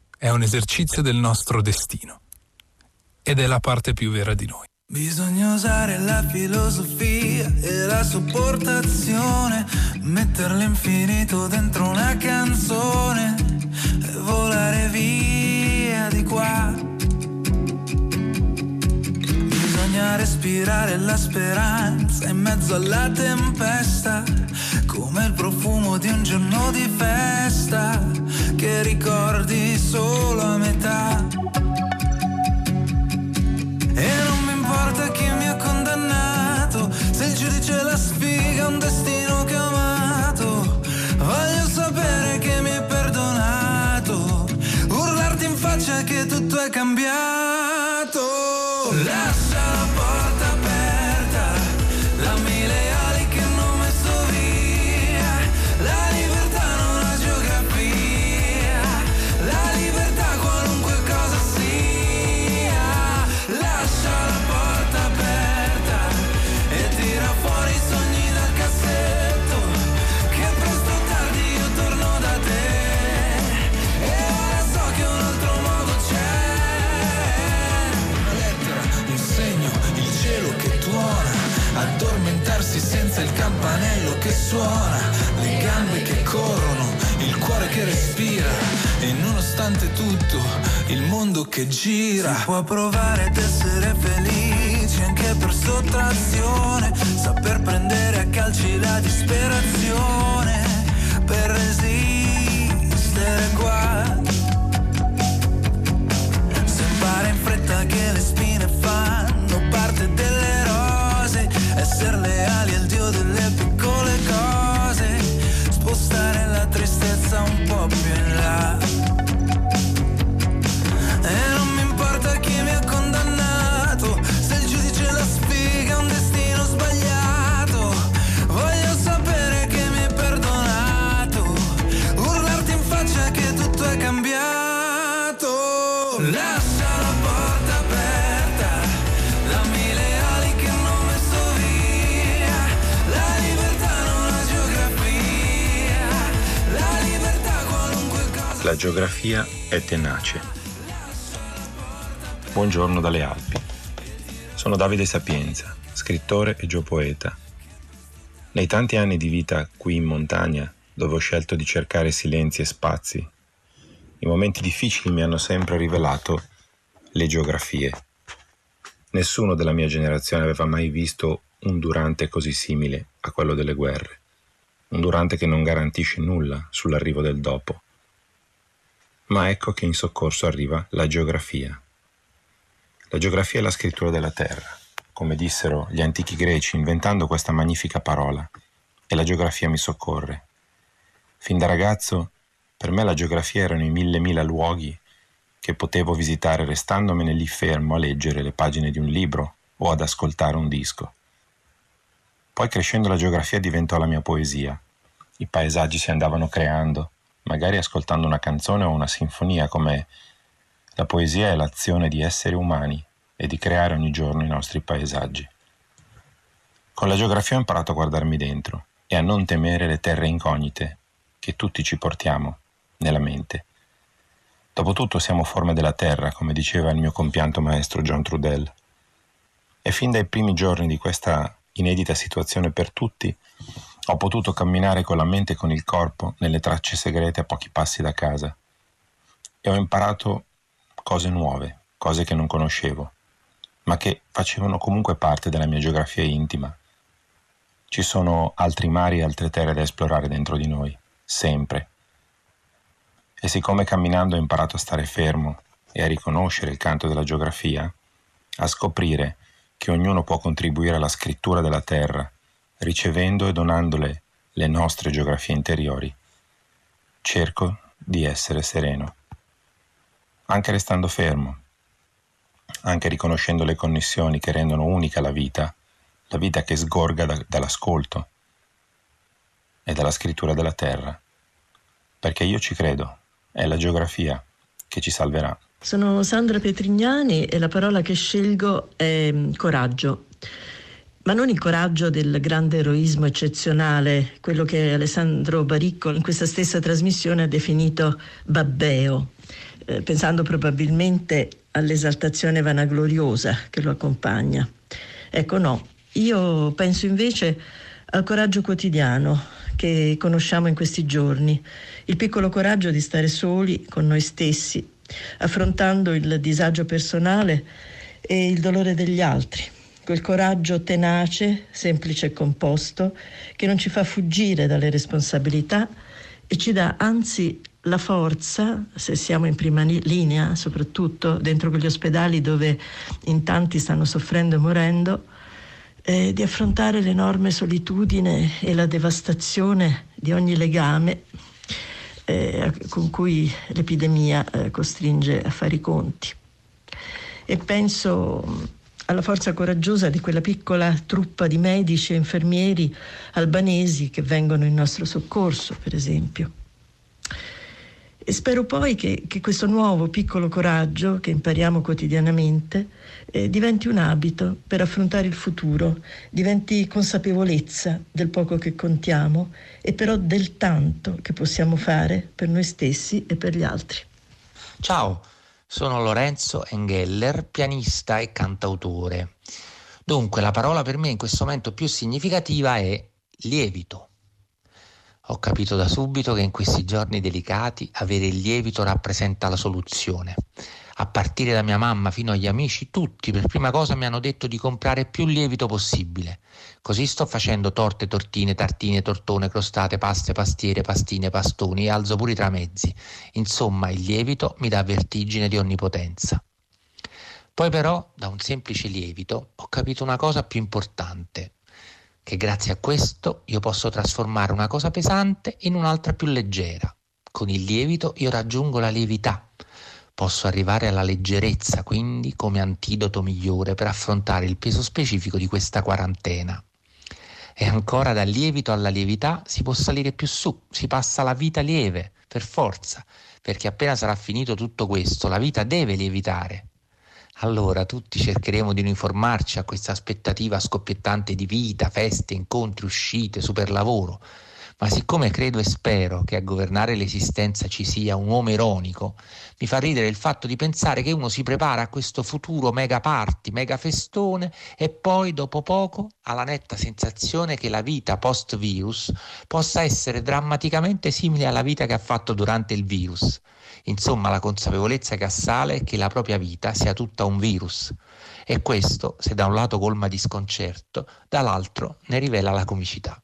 del nostro destino, ed è la parte più vera di noi. Bisogna usare la filosofia e la sopportazione, mettere l'infinito dentro una canzone e volare via di qua. Bisogna respirare la speranza in mezzo alla tempesta, come il profumo di un giorno di festa che ricordi solo a metà. E non mi importa chi mi ha condannato, se il giudice la sfiga un destino che ho amato. Voglio sapere che mi hai perdonato, urlarti in faccia che tutto è cambiato. Lascia la porta aperta, dammi le ali che non ho messo via. La libertà non ha geografia, la libertà qualunque cosa sia. Lascia la porta aperta e tira fuori i sogni dal cassetto, che presto o tardi io torno da te. E ora so che un altro modo c'è. Una lettera, un segno, il cielo che tuona, addormentarsi senza il campanello che suona, le gambe che corrono, il cuore che respira, e nonostante tutto il mondo che gira. Si può provare ad essere felici anche per sottrazione, saper prendere a calci la disperazione per resistere qua. Sembra in fretta che le spine fanno parte delle rose, essere leali al Dio delle piccole cose, spostare la tristezza un po' più in là. E non mi importa chi mi ha condannato, se il giudice la sfiga un destino sbagliato. Voglio sapere che mi hai perdonato, urlarti in faccia che tutto è cambiato. Lascia la porta aperta, dammi le ali che non ho messo via. La libertà non ha geografia, la libertà qualunque cosa. La geografia è tenace. Buongiorno dalle Alpi. Sono Davide Sapienza, scrittore e geopoeta. Nei tanti anni di vita qui in montagna, dove ho scelto di cercare silenzi e spazi, i momenti difficili mi hanno sempre rivelato le geografie. Nessuno della mia generazione aveva mai visto un durante così simile a quello delle guerre, un durante che non garantisce nulla sull'arrivo del dopo. Ma ecco che in soccorso arriva la geografia. La geografia è la scrittura della terra, come dissero gli antichi greci inventando questa magnifica parola, e la geografia mi soccorre. Fin da ragazzo, per me la geografia erano i 1000 luoghi che potevo visitare restandomene lì fermo a leggere le pagine di un libro o ad ascoltare un disco. Poi crescendo la geografia diventò la mia poesia. I paesaggi si andavano creando, magari ascoltando una canzone o una sinfonia, come la poesia è l'azione di esseri umani e di creare ogni giorno i nostri paesaggi. Con la geografia ho imparato a guardarmi dentro e a non temere le terre incognite che tutti ci portiamo nella mente. Dopotutto siamo forme della terra, come diceva il mio compianto maestro John Trudell. E fin dai primi giorni di questa inedita situazione per tutti, ho potuto camminare con la mente e con il corpo nelle tracce segrete a pochi passi da casa. E ho imparato cose nuove, cose che non conoscevo, ma che facevano comunque parte della mia geografia intima. Ci sono altri mari e altre terre da esplorare dentro di noi, sempre. E siccome camminando ho imparato a stare fermo e a riconoscere il canto della geografia, a scoprire che ognuno può contribuire alla scrittura della terra, ricevendo e donandole le nostre geografie interiori, cerco di essere sereno. Anche restando fermo, anche riconoscendo le connessioni che rendono unica la vita che sgorga dall'ascolto e dalla scrittura della terra. Perché io ci credo. È la geografia che ci salverà. Sono Sandra Petrignani e la parola che scelgo è coraggio. Ma non il coraggio del grande eroismo eccezionale, quello che Alessandro Baricco in questa stessa trasmissione ha definito babbeo, pensando probabilmente all'esaltazione vanagloriosa che lo accompagna. Ecco, no, io penso invece al coraggio quotidiano che conosciamo in questi giorni, il piccolo coraggio di stare soli con noi stessi, affrontando il disagio personale e il dolore degli altri, quel coraggio tenace, semplice e composto, che non ci fa fuggire dalle responsabilità e ci dà anzi la forza, se siamo in prima linea, soprattutto dentro quegli ospedali dove in tanti stanno soffrendo e morendo, di affrontare l'enorme solitudine e la devastazione di ogni legame con cui l'epidemia costringe a fare i conti. E penso alla forza coraggiosa di quella piccola truppa di medici e infermieri albanesi che vengono in nostro soccorso, per esempio. E spero poi che questo nuovo piccolo coraggio che impariamo quotidianamente diventi un abito per affrontare il futuro, diventi consapevolezza del poco che contiamo e però del tanto che possiamo fare per noi stessi e per gli altri. Ciao, sono Lorenzo Engeller, pianista e cantautore. Dunque, la parola per me in questo momento più significativa è lievito. Ho capito da subito che in questi giorni delicati avere il lievito rappresenta la soluzione. A partire da mia mamma fino agli amici, tutti per prima cosa mi hanno detto di comprare più lievito possibile. Così sto facendo torte, tortine, tartine, tortone, crostate, paste, pastiere, pastine, pastoni e alzo pure i tramezzi. Insomma, il lievito mi dà vertigine di onnipotenza. Poi però, da un semplice lievito, ho capito una cosa più importante, che grazie a questo io posso trasformare una cosa pesante in un'altra più leggera. Con il lievito io raggiungo la lievità. Posso arrivare alla leggerezza, quindi, come antidoto migliore per affrontare il peso specifico di questa quarantena. E ancora dal lievito alla lievità si può salire più su, si passa alla vita lieve, per forza, perché appena sarà finito tutto questo, la vita deve lievitare. Allora tutti cercheremo di uniformarci a questa aspettativa scoppiettante di vita, feste, incontri, uscite, superlavoro. Ma siccome credo e spero che a governare l'esistenza ci sia un uomo ironico, mi fa ridere il fatto di pensare che uno si prepara a questo futuro mega party, mega festone e poi dopo poco ha la netta sensazione che la vita post-virus possa essere drammaticamente simile alla vita che ha fatto durante il virus. Insomma, la consapevolezza che assale è che la propria vita sia tutta un virus, e questo, se da un lato colma di sconcerto, dall'altro ne rivela la comicità.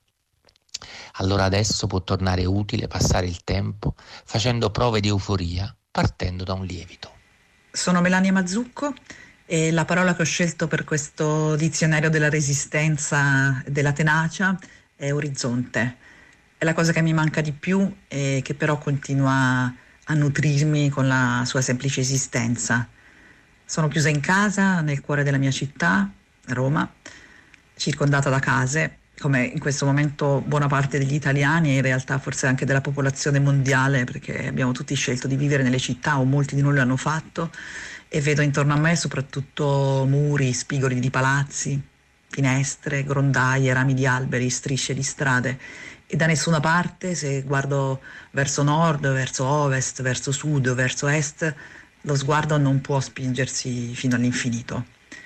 Allora adesso può tornare utile passare il tempo facendo prove di euforia, partendo da un lievito. Sono Melania Mazzucco e la parola che ho scelto per questo dizionario della resistenza e della tenacia è orizzonte. È la cosa che mi manca di più e che però continua a nutrirmi con la sua semplice esistenza. Sono chiusa in casa, nel cuore della mia città, Roma, circondata da case, come in questo momento buona parte degli italiani e in realtà forse anche della popolazione mondiale, perché abbiamo tutti scelto di vivere nelle città, o molti di noi lo hanno fatto, e vedo intorno a me soprattutto muri, spigoli di palazzi, finestre, grondaie, rami di alberi, strisce di strade, e da nessuna parte, se guardo verso nord, verso ovest, verso sud o verso est, lo sguardo non può spingersi fino all'infinito.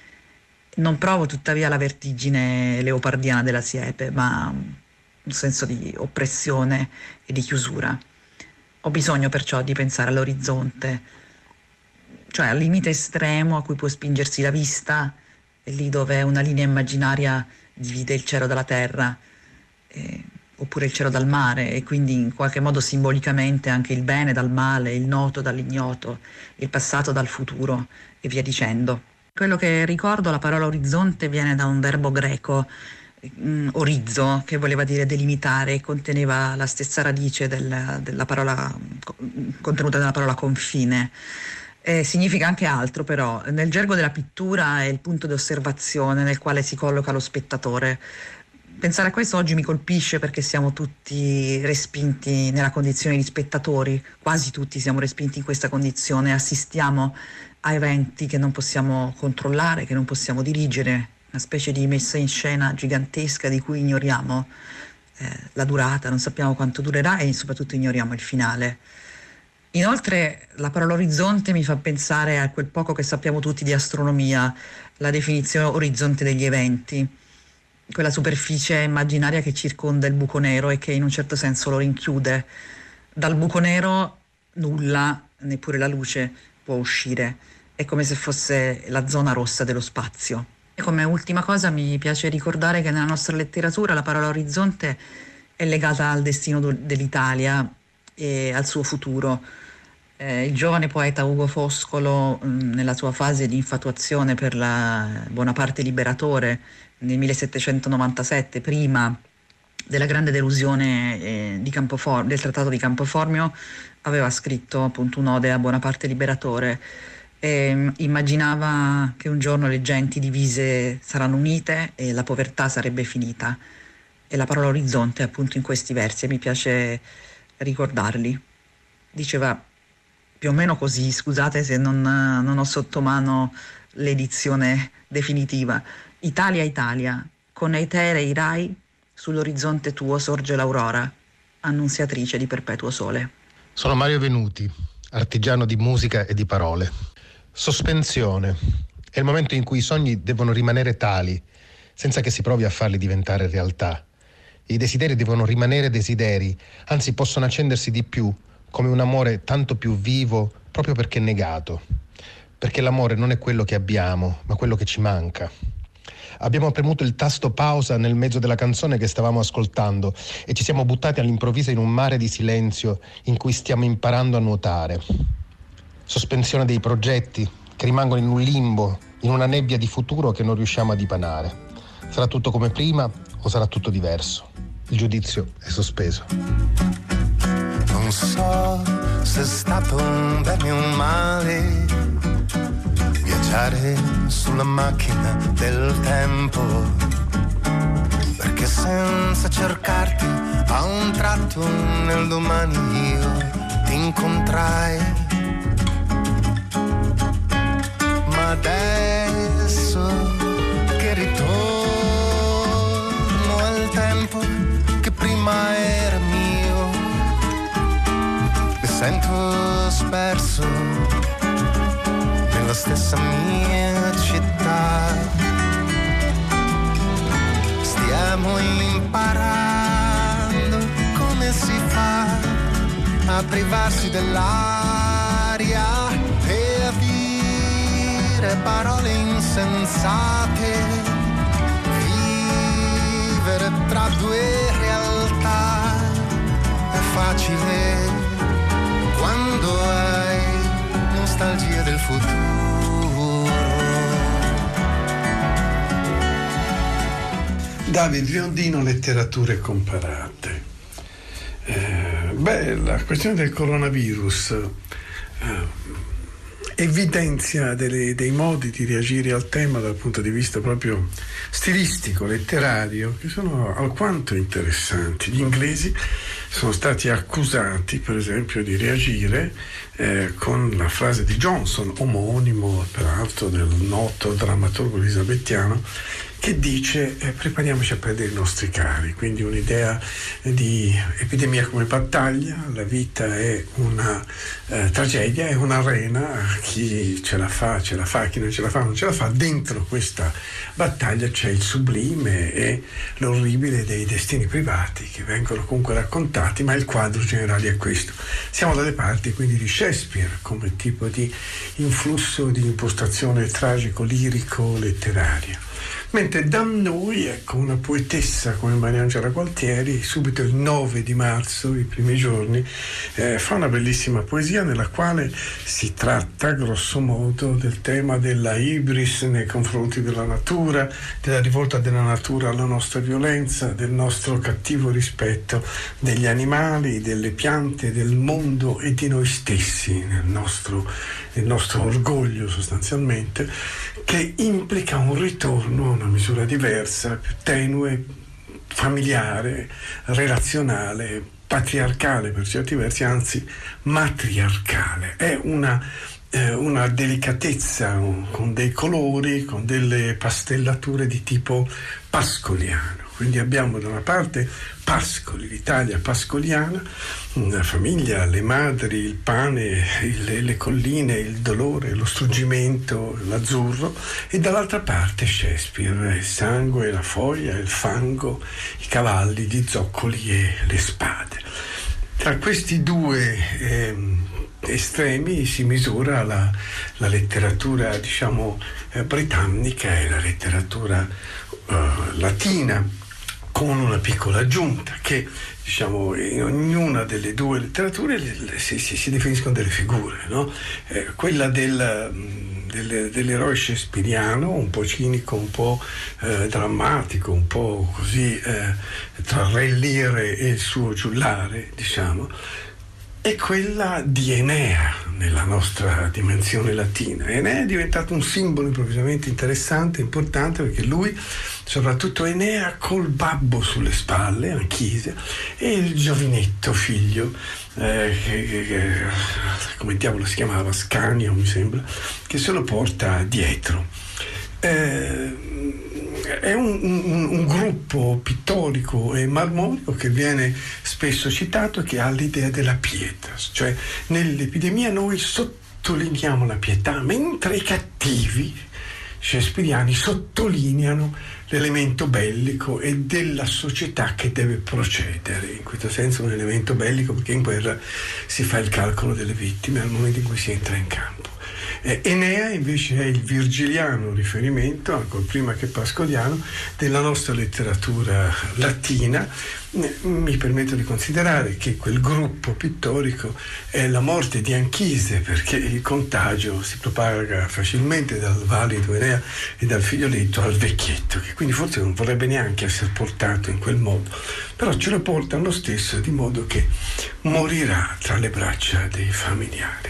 Non provo tuttavia la vertigine leopardiana della siepe, ma un senso di oppressione e di chiusura. Ho bisogno perciò di pensare all'orizzonte, cioè al limite estremo a cui può spingersi la vista, lì dove una linea immaginaria divide il cielo dalla terra, oppure il cielo dal mare, e quindi in qualche modo simbolicamente anche il bene dal male, il noto dall'ignoto, il passato dal futuro e via dicendo. Quello che ricordo, la parola orizzonte viene da un verbo greco, orizzo, che voleva dire delimitare, e conteneva la stessa radice della parola contenuta nella parola confine. Significa anche altro, però. Nel gergo della pittura è il punto di osservazione nel quale si colloca lo spettatore. Pensare a questo oggi mi colpisce perché siamo tutti respinti nella condizione di spettatori, quasi tutti siamo respinti in questa condizione, assistiamo a eventi che non possiamo controllare, che non possiamo dirigere, una specie di messa in scena gigantesca di cui ignoriamo la durata, non sappiamo quanto durerà e soprattutto ignoriamo il finale. Inoltre la parola orizzonte mi fa pensare a quel poco che sappiamo tutti di astronomia, la definizione orizzonte degli eventi, quella superficie immaginaria che circonda il buco nero e che in un certo senso lo rinchiude. Dal buco nero nulla, neppure la luce, può uscire. È come se fosse la zona rossa dello spazio. E come ultima cosa mi piace ricordare che nella nostra letteratura la parola orizzonte è legata al destino dell'Italia e al suo futuro. Il giovane poeta Ugo Foscolo, nella sua fase di infatuazione per la Bonaparte liberatore, nel 1797, prima della grande delusione del Trattato di Campoformio, aveva scritto appunto un'ode a Bonaparte liberatore e immaginava che un giorno le genti divise saranno unite e la povertà sarebbe finita. E la parola orizzonte appunto in questi versi, e mi piace ricordarli. Diceva più o meno così, scusate se non ho sotto mano l'edizione definitiva: Italia, Italia, con Eitere e Irai, sull'orizzonte tuo sorge l'aurora, annunziatrice di perpetuo sole. Sono Mario Venuti, artigiano di musica e di parole. Sospensione è il momento in cui i sogni devono rimanere tali, senza che si provi a farli diventare realtà. I desideri devono rimanere desideri, anzi possono accendersi di più, come un amore tanto più vivo proprio perché negato. Perché l'amore non è quello che abbiamo, ma quello che ci manca. Abbiamo premuto il tasto pausa nel mezzo della canzone che stavamo ascoltando e ci siamo buttati all'improvviso in un mare di silenzio in cui stiamo imparando a nuotare. Sospensione dei progetti che rimangono in un limbo, in una nebbia di futuro che non riusciamo a dipanare. Sarà tutto come prima o sarà tutto diverso? Il giudizio è sospeso. Non so se è stato un bene o un male viaggiare sulla macchina del tempo, perché senza cercarti a un tratto nel domani io ti incontrai. Ma adesso che ritorno al tempo che prima era mio, mi sento sperso nella stessa mia città. Stiamo imparando come si fa a privarsi dell'altro dire parole insensate, vivere tra due realtà è facile quando hai nostalgia del futuro. David Biondino, Letterature comparate. La questione del coronavirus evidenzia dei modi di reagire al tema dal punto di vista proprio stilistico, letterario, che sono alquanto interessanti. Gli inglesi sono stati accusati, per esempio, di reagire con la frase di Johnson, omonimo peraltro del noto drammaturgo elisabettiano, che dice prepariamoci a perdere i nostri cari, quindi un'idea di epidemia come battaglia, la vita è una tragedia, è un'arena, chi ce la fa, chi non ce la fa, non ce la fa, dentro questa battaglia c'è il sublime e l'orribile dei destini privati che vengono comunque raccontati, ma il quadro generale è questo. Siamo dalle parti quindi di Shakespeare come tipo di influsso di impostazione tragico-lirico letteraria. Mentre da noi, ecco, una poetessa come Mariangela Gualtieri, subito il 9 di marzo, i primi giorni, fa una bellissima poesia nella quale si tratta, grosso modo, del tema della ibris nei confronti della natura, della rivolta della natura alla nostra violenza, del nostro cattivo rispetto degli animali, delle piante, del mondo e di noi stessi, nel nostro orgoglio sostanzialmente, che implica un ritorno a una misura diversa, più tenue, familiare, relazionale, patriarcale per certi versi, anzi matriarcale. È una delicatezza con dei colori, con delle pastellature di tipo pascoliano. Quindi abbiamo da una parte Pascoli, l'Italia pascoliana, una famiglia, le madri, il pane, le colline, il dolore, lo struggimento, l'azzurro, e dall'altra parte Shakespeare, il sangue, la foglia, il fango, i cavalli, gli zoccoli e le spade. Tra questi due estremi si misura la letteratura, diciamo, britannica e la letteratura latina, con una piccola aggiunta che, diciamo, in ognuna delle due letterature si definiscono delle figure, no? Quella dell'eroe shakespeariano, un po' cinico, un po' drammatico, un po' così tra Re Lear e il suo giullare, diciamo, è quella di Enea nella nostra dimensione latina. Enea è diventato un simbolo improvvisamente interessante, importante, perché lui, soprattutto Enea, col babbo sulle spalle, Anchise, e il giovinetto figlio, come diavolo si chiamava, Scanio mi sembra, che se lo porta dietro. È un gruppo pittorico e marmorico che viene spesso citato e che ha l'idea della pietas, cioè nell'epidemia noi sottolineiamo la pietà, mentre i cattivi shakespeariani sottolineano l'elemento bellico e della società che deve procedere. In questo senso un elemento bellico perché in guerra si fa il calcolo delle vittime al momento in cui si entra in campo. Enea invece è il virgiliano riferimento, ancora prima che pascoliano, della nostra letteratura latina. Mi permetto di considerare che quel gruppo pittorico è la morte di Anchise, perché il contagio si propaga facilmente dal valido Enea e dal figlioletto al vecchietto, che quindi forse non vorrebbe neanche essere portato in quel modo, però ce lo porta lo stesso, di modo che morirà tra le braccia dei familiari.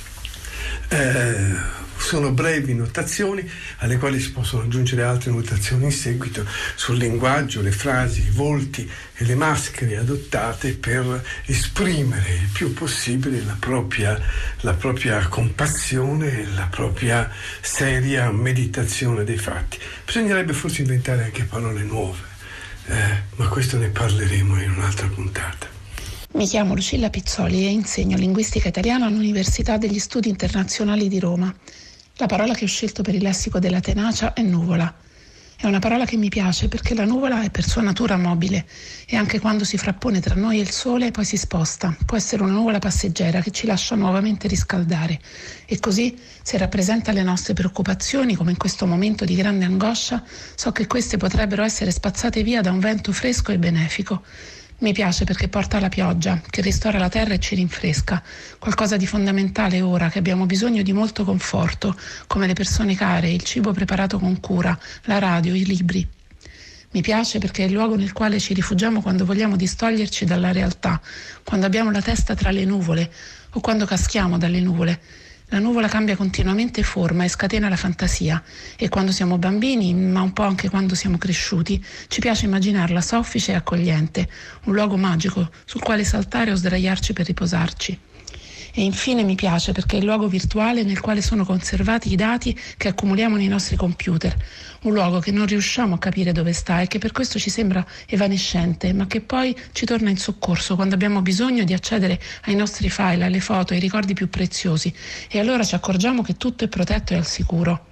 Sono brevi notazioni alle quali si possono aggiungere altre notazioni in seguito sul linguaggio, le frasi, i volti e le maschere adottate per esprimere il più possibile la propria compassione, la propria seria meditazione dei fatti. Bisognerebbe forse inventare anche parole nuove, ma questo ne parleremo in un'altra puntata. Mi chiamo Lucilla Pizzoli e insegno linguistica italiana all'Università degli Studi Internazionali di Roma. La parola che ho scelto per il lessico della tenacia è nuvola. È una parola che mi piace perché la nuvola è per sua natura mobile e anche quando si frappone tra noi e il sole poi si sposta. Può essere una nuvola passeggera che ci lascia nuovamente riscaldare. E così, se rappresenta le nostre preoccupazioni, come in questo momento di grande angoscia, so che queste potrebbero essere spazzate via da un vento fresco e benefico. Mi piace perché porta la pioggia, che ristora la terra e ci rinfresca, qualcosa di fondamentale ora che abbiamo bisogno di molto conforto, come le persone care, il cibo preparato con cura, la radio, i libri. Mi piace perché è il luogo nel quale ci rifugiamo quando vogliamo distoglierci dalla realtà, quando abbiamo la testa tra le nuvole o quando caschiamo dalle nuvole. La nuvola cambia continuamente forma e scatena la fantasia e quando siamo bambini, ma un po' anche quando siamo cresciuti, ci piace immaginarla soffice e accogliente, un luogo magico sul quale saltare o sdraiarci per riposarci. E infine mi piace perché è il luogo virtuale nel quale sono conservati i dati che accumuliamo nei nostri computer, un luogo che non riusciamo a capire dove sta e che per questo ci sembra evanescente, ma che poi ci torna in soccorso quando abbiamo bisogno di accedere ai nostri file, alle foto, ai ricordi più preziosi, e allora ci accorgiamo che tutto è protetto e al sicuro.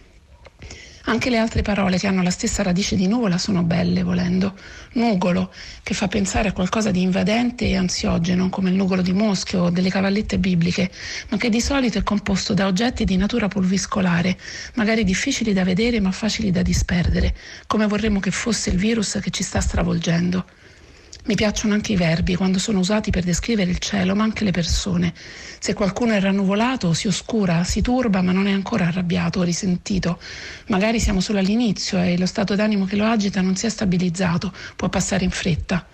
Anche le altre parole che hanno la stessa radice di nuvola sono belle, volendo. Nugolo, che fa pensare a qualcosa di invadente e ansiogeno, come il nugolo di Moschio o delle cavallette bibliche, ma che di solito è composto da oggetti di natura pulviscolare, magari difficili da vedere ma facili da disperdere, come vorremmo che fosse il virus che ci sta stravolgendo. Mi piacciono anche i verbi quando sono usati per descrivere il cielo, ma anche le persone. Se qualcuno è rannuvolato, si oscura, si turba, ma non è ancora arrabbiato o risentito. Magari siamo solo all'inizio e lo stato d'animo che lo agita non si è stabilizzato, può passare in fretta.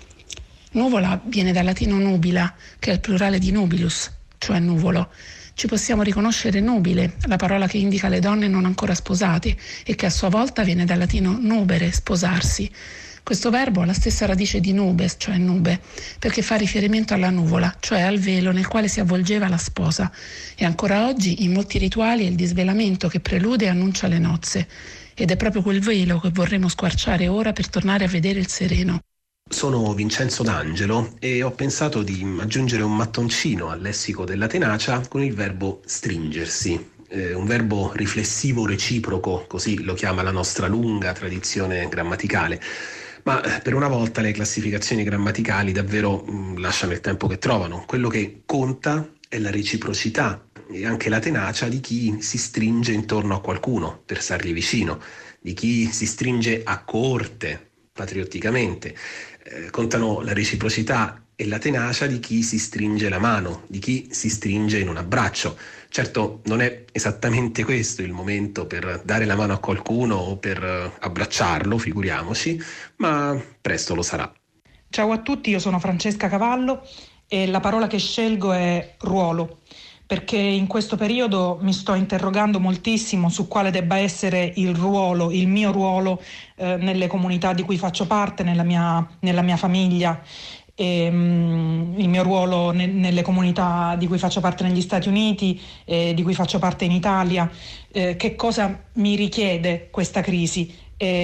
Nuvola viene dal latino nubila, che è il plurale di nubilus, cioè nuvolo. Ci possiamo riconoscere nubile, la parola che indica le donne non ancora sposate e che a sua volta viene dal latino nubere, sposarsi. Questo verbo ha la stessa radice di nubes, cioè nube, perché fa riferimento alla nuvola, cioè al velo nel quale si avvolgeva la sposa. E ancora oggi in molti rituali è il disvelamento che prelude e annuncia le nozze. Ed è proprio quel velo che vorremmo squarciare ora per tornare a vedere il sereno. Sono Vincenzo D'Angelo e ho pensato di aggiungere un mattoncino al lessico della tenacia con il verbo stringersi. Un verbo riflessivo reciproco, così lo chiama la nostra lunga tradizione grammaticale. Ma per una volta le classificazioni grammaticali davvero lasciano il tempo che trovano. Quello che conta è la reciprocità e anche la tenacia di chi si stringe intorno a qualcuno per stargli vicino, di chi si stringe a coorte, patriotticamente. Contano la reciprocità e la tenacia di chi si stringe la mano, di chi si stringe in un abbraccio. Certo, non è esattamente questo il momento per dare la mano a qualcuno o per abbracciarlo, figuriamoci, ma presto lo sarà. Ciao a tutti, io sono Francesca Cavallo e la parola che scelgo è ruolo, perché in questo periodo mi sto interrogando moltissimo su quale debba essere il ruolo, il mio ruolo nelle comunità di cui faccio parte, nella mia famiglia. Il mio ruolo nelle comunità di cui faccio parte negli Stati Uniti, di cui faccio parte in Italia, che cosa mi richiede questa crisi,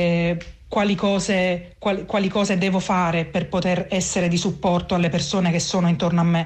quali cose devo fare per poter essere di supporto alle persone che sono intorno a me.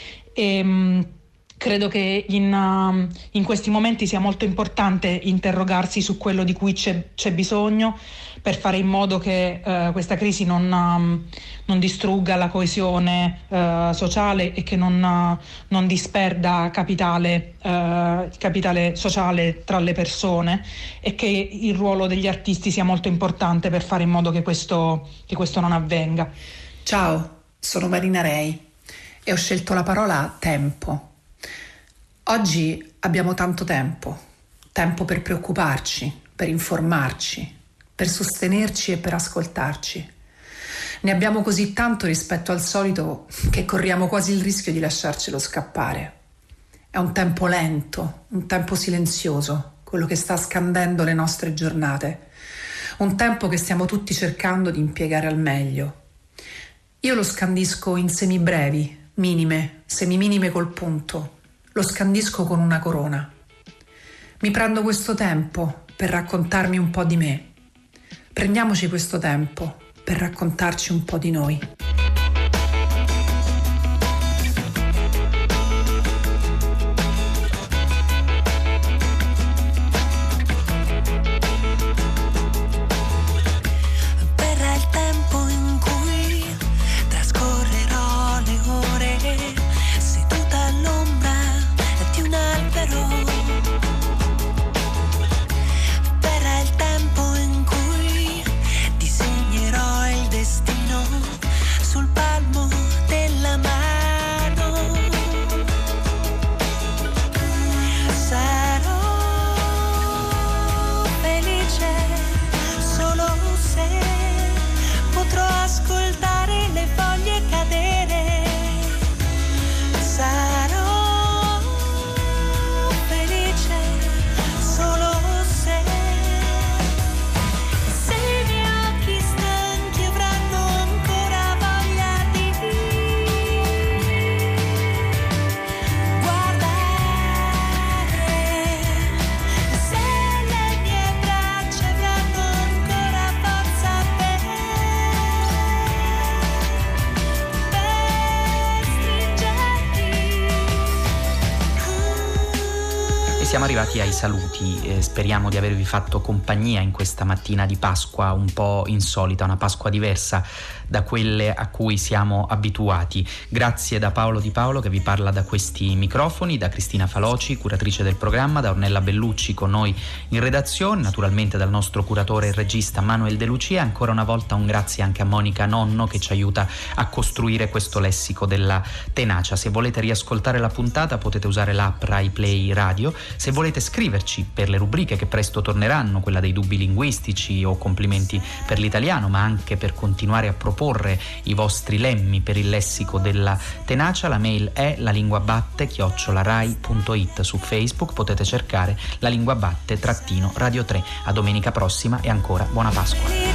Credo che in questi momenti sia molto importante interrogarsi su quello di cui c'è bisogno per fare in modo che questa crisi non distrugga la coesione sociale e che non disperda capitale sociale tra le persone, e che il ruolo degli artisti sia molto importante per fare in modo che questo non avvenga. Ciao, sono Marina Rei e ho scelto la parola tempo. Oggi abbiamo tanto tempo per preoccuparci, per informarci, per sostenerci e per ascoltarci. Ne abbiamo così tanto rispetto al solito che corriamo quasi il rischio di lasciarcelo scappare. È un tempo lento, un tempo silenzioso, quello che sta scandendo le nostre giornate, un tempo che stiamo tutti cercando di impiegare al meglio. Io lo scandisco in semibrevi, minime, semiminime col punto. Lo scandisco con una corona. Mi prendo questo tempo per raccontarmi un po' di me. Prendiamoci questo tempo per raccontarci un po' di noi. siamo arrivati ai saluti, speriamo di avervi fatto compagnia in questa mattina di Pasqua un po' insolita, una Pasqua diversa da quelle a cui siamo abituati. Grazie da Paolo Di Paolo che vi parla da questi microfoni, da Cristina Faloci, curatrice del programma, da Ornella Bellucci con noi in redazione, naturalmente dal nostro curatore e regista Manuel De Lucia. Ancora una volta un grazie anche a Monica Nonno che ci aiuta a costruire questo lessico della tenacia. Se volete riascoltare la puntata potete usare l'app Rai Play Radio. Se volete scriverci per le rubriche che presto torneranno, quella dei dubbi linguistici o complimenti per l'italiano, ma anche per continuare a proporre i vostri lemmi per il lessico della tenacia, la mail è lalinguabatte@rai.it. Su Facebook potete cercare La Lingua Batte _Radio 3. A domenica prossima e ancora buona Pasqua.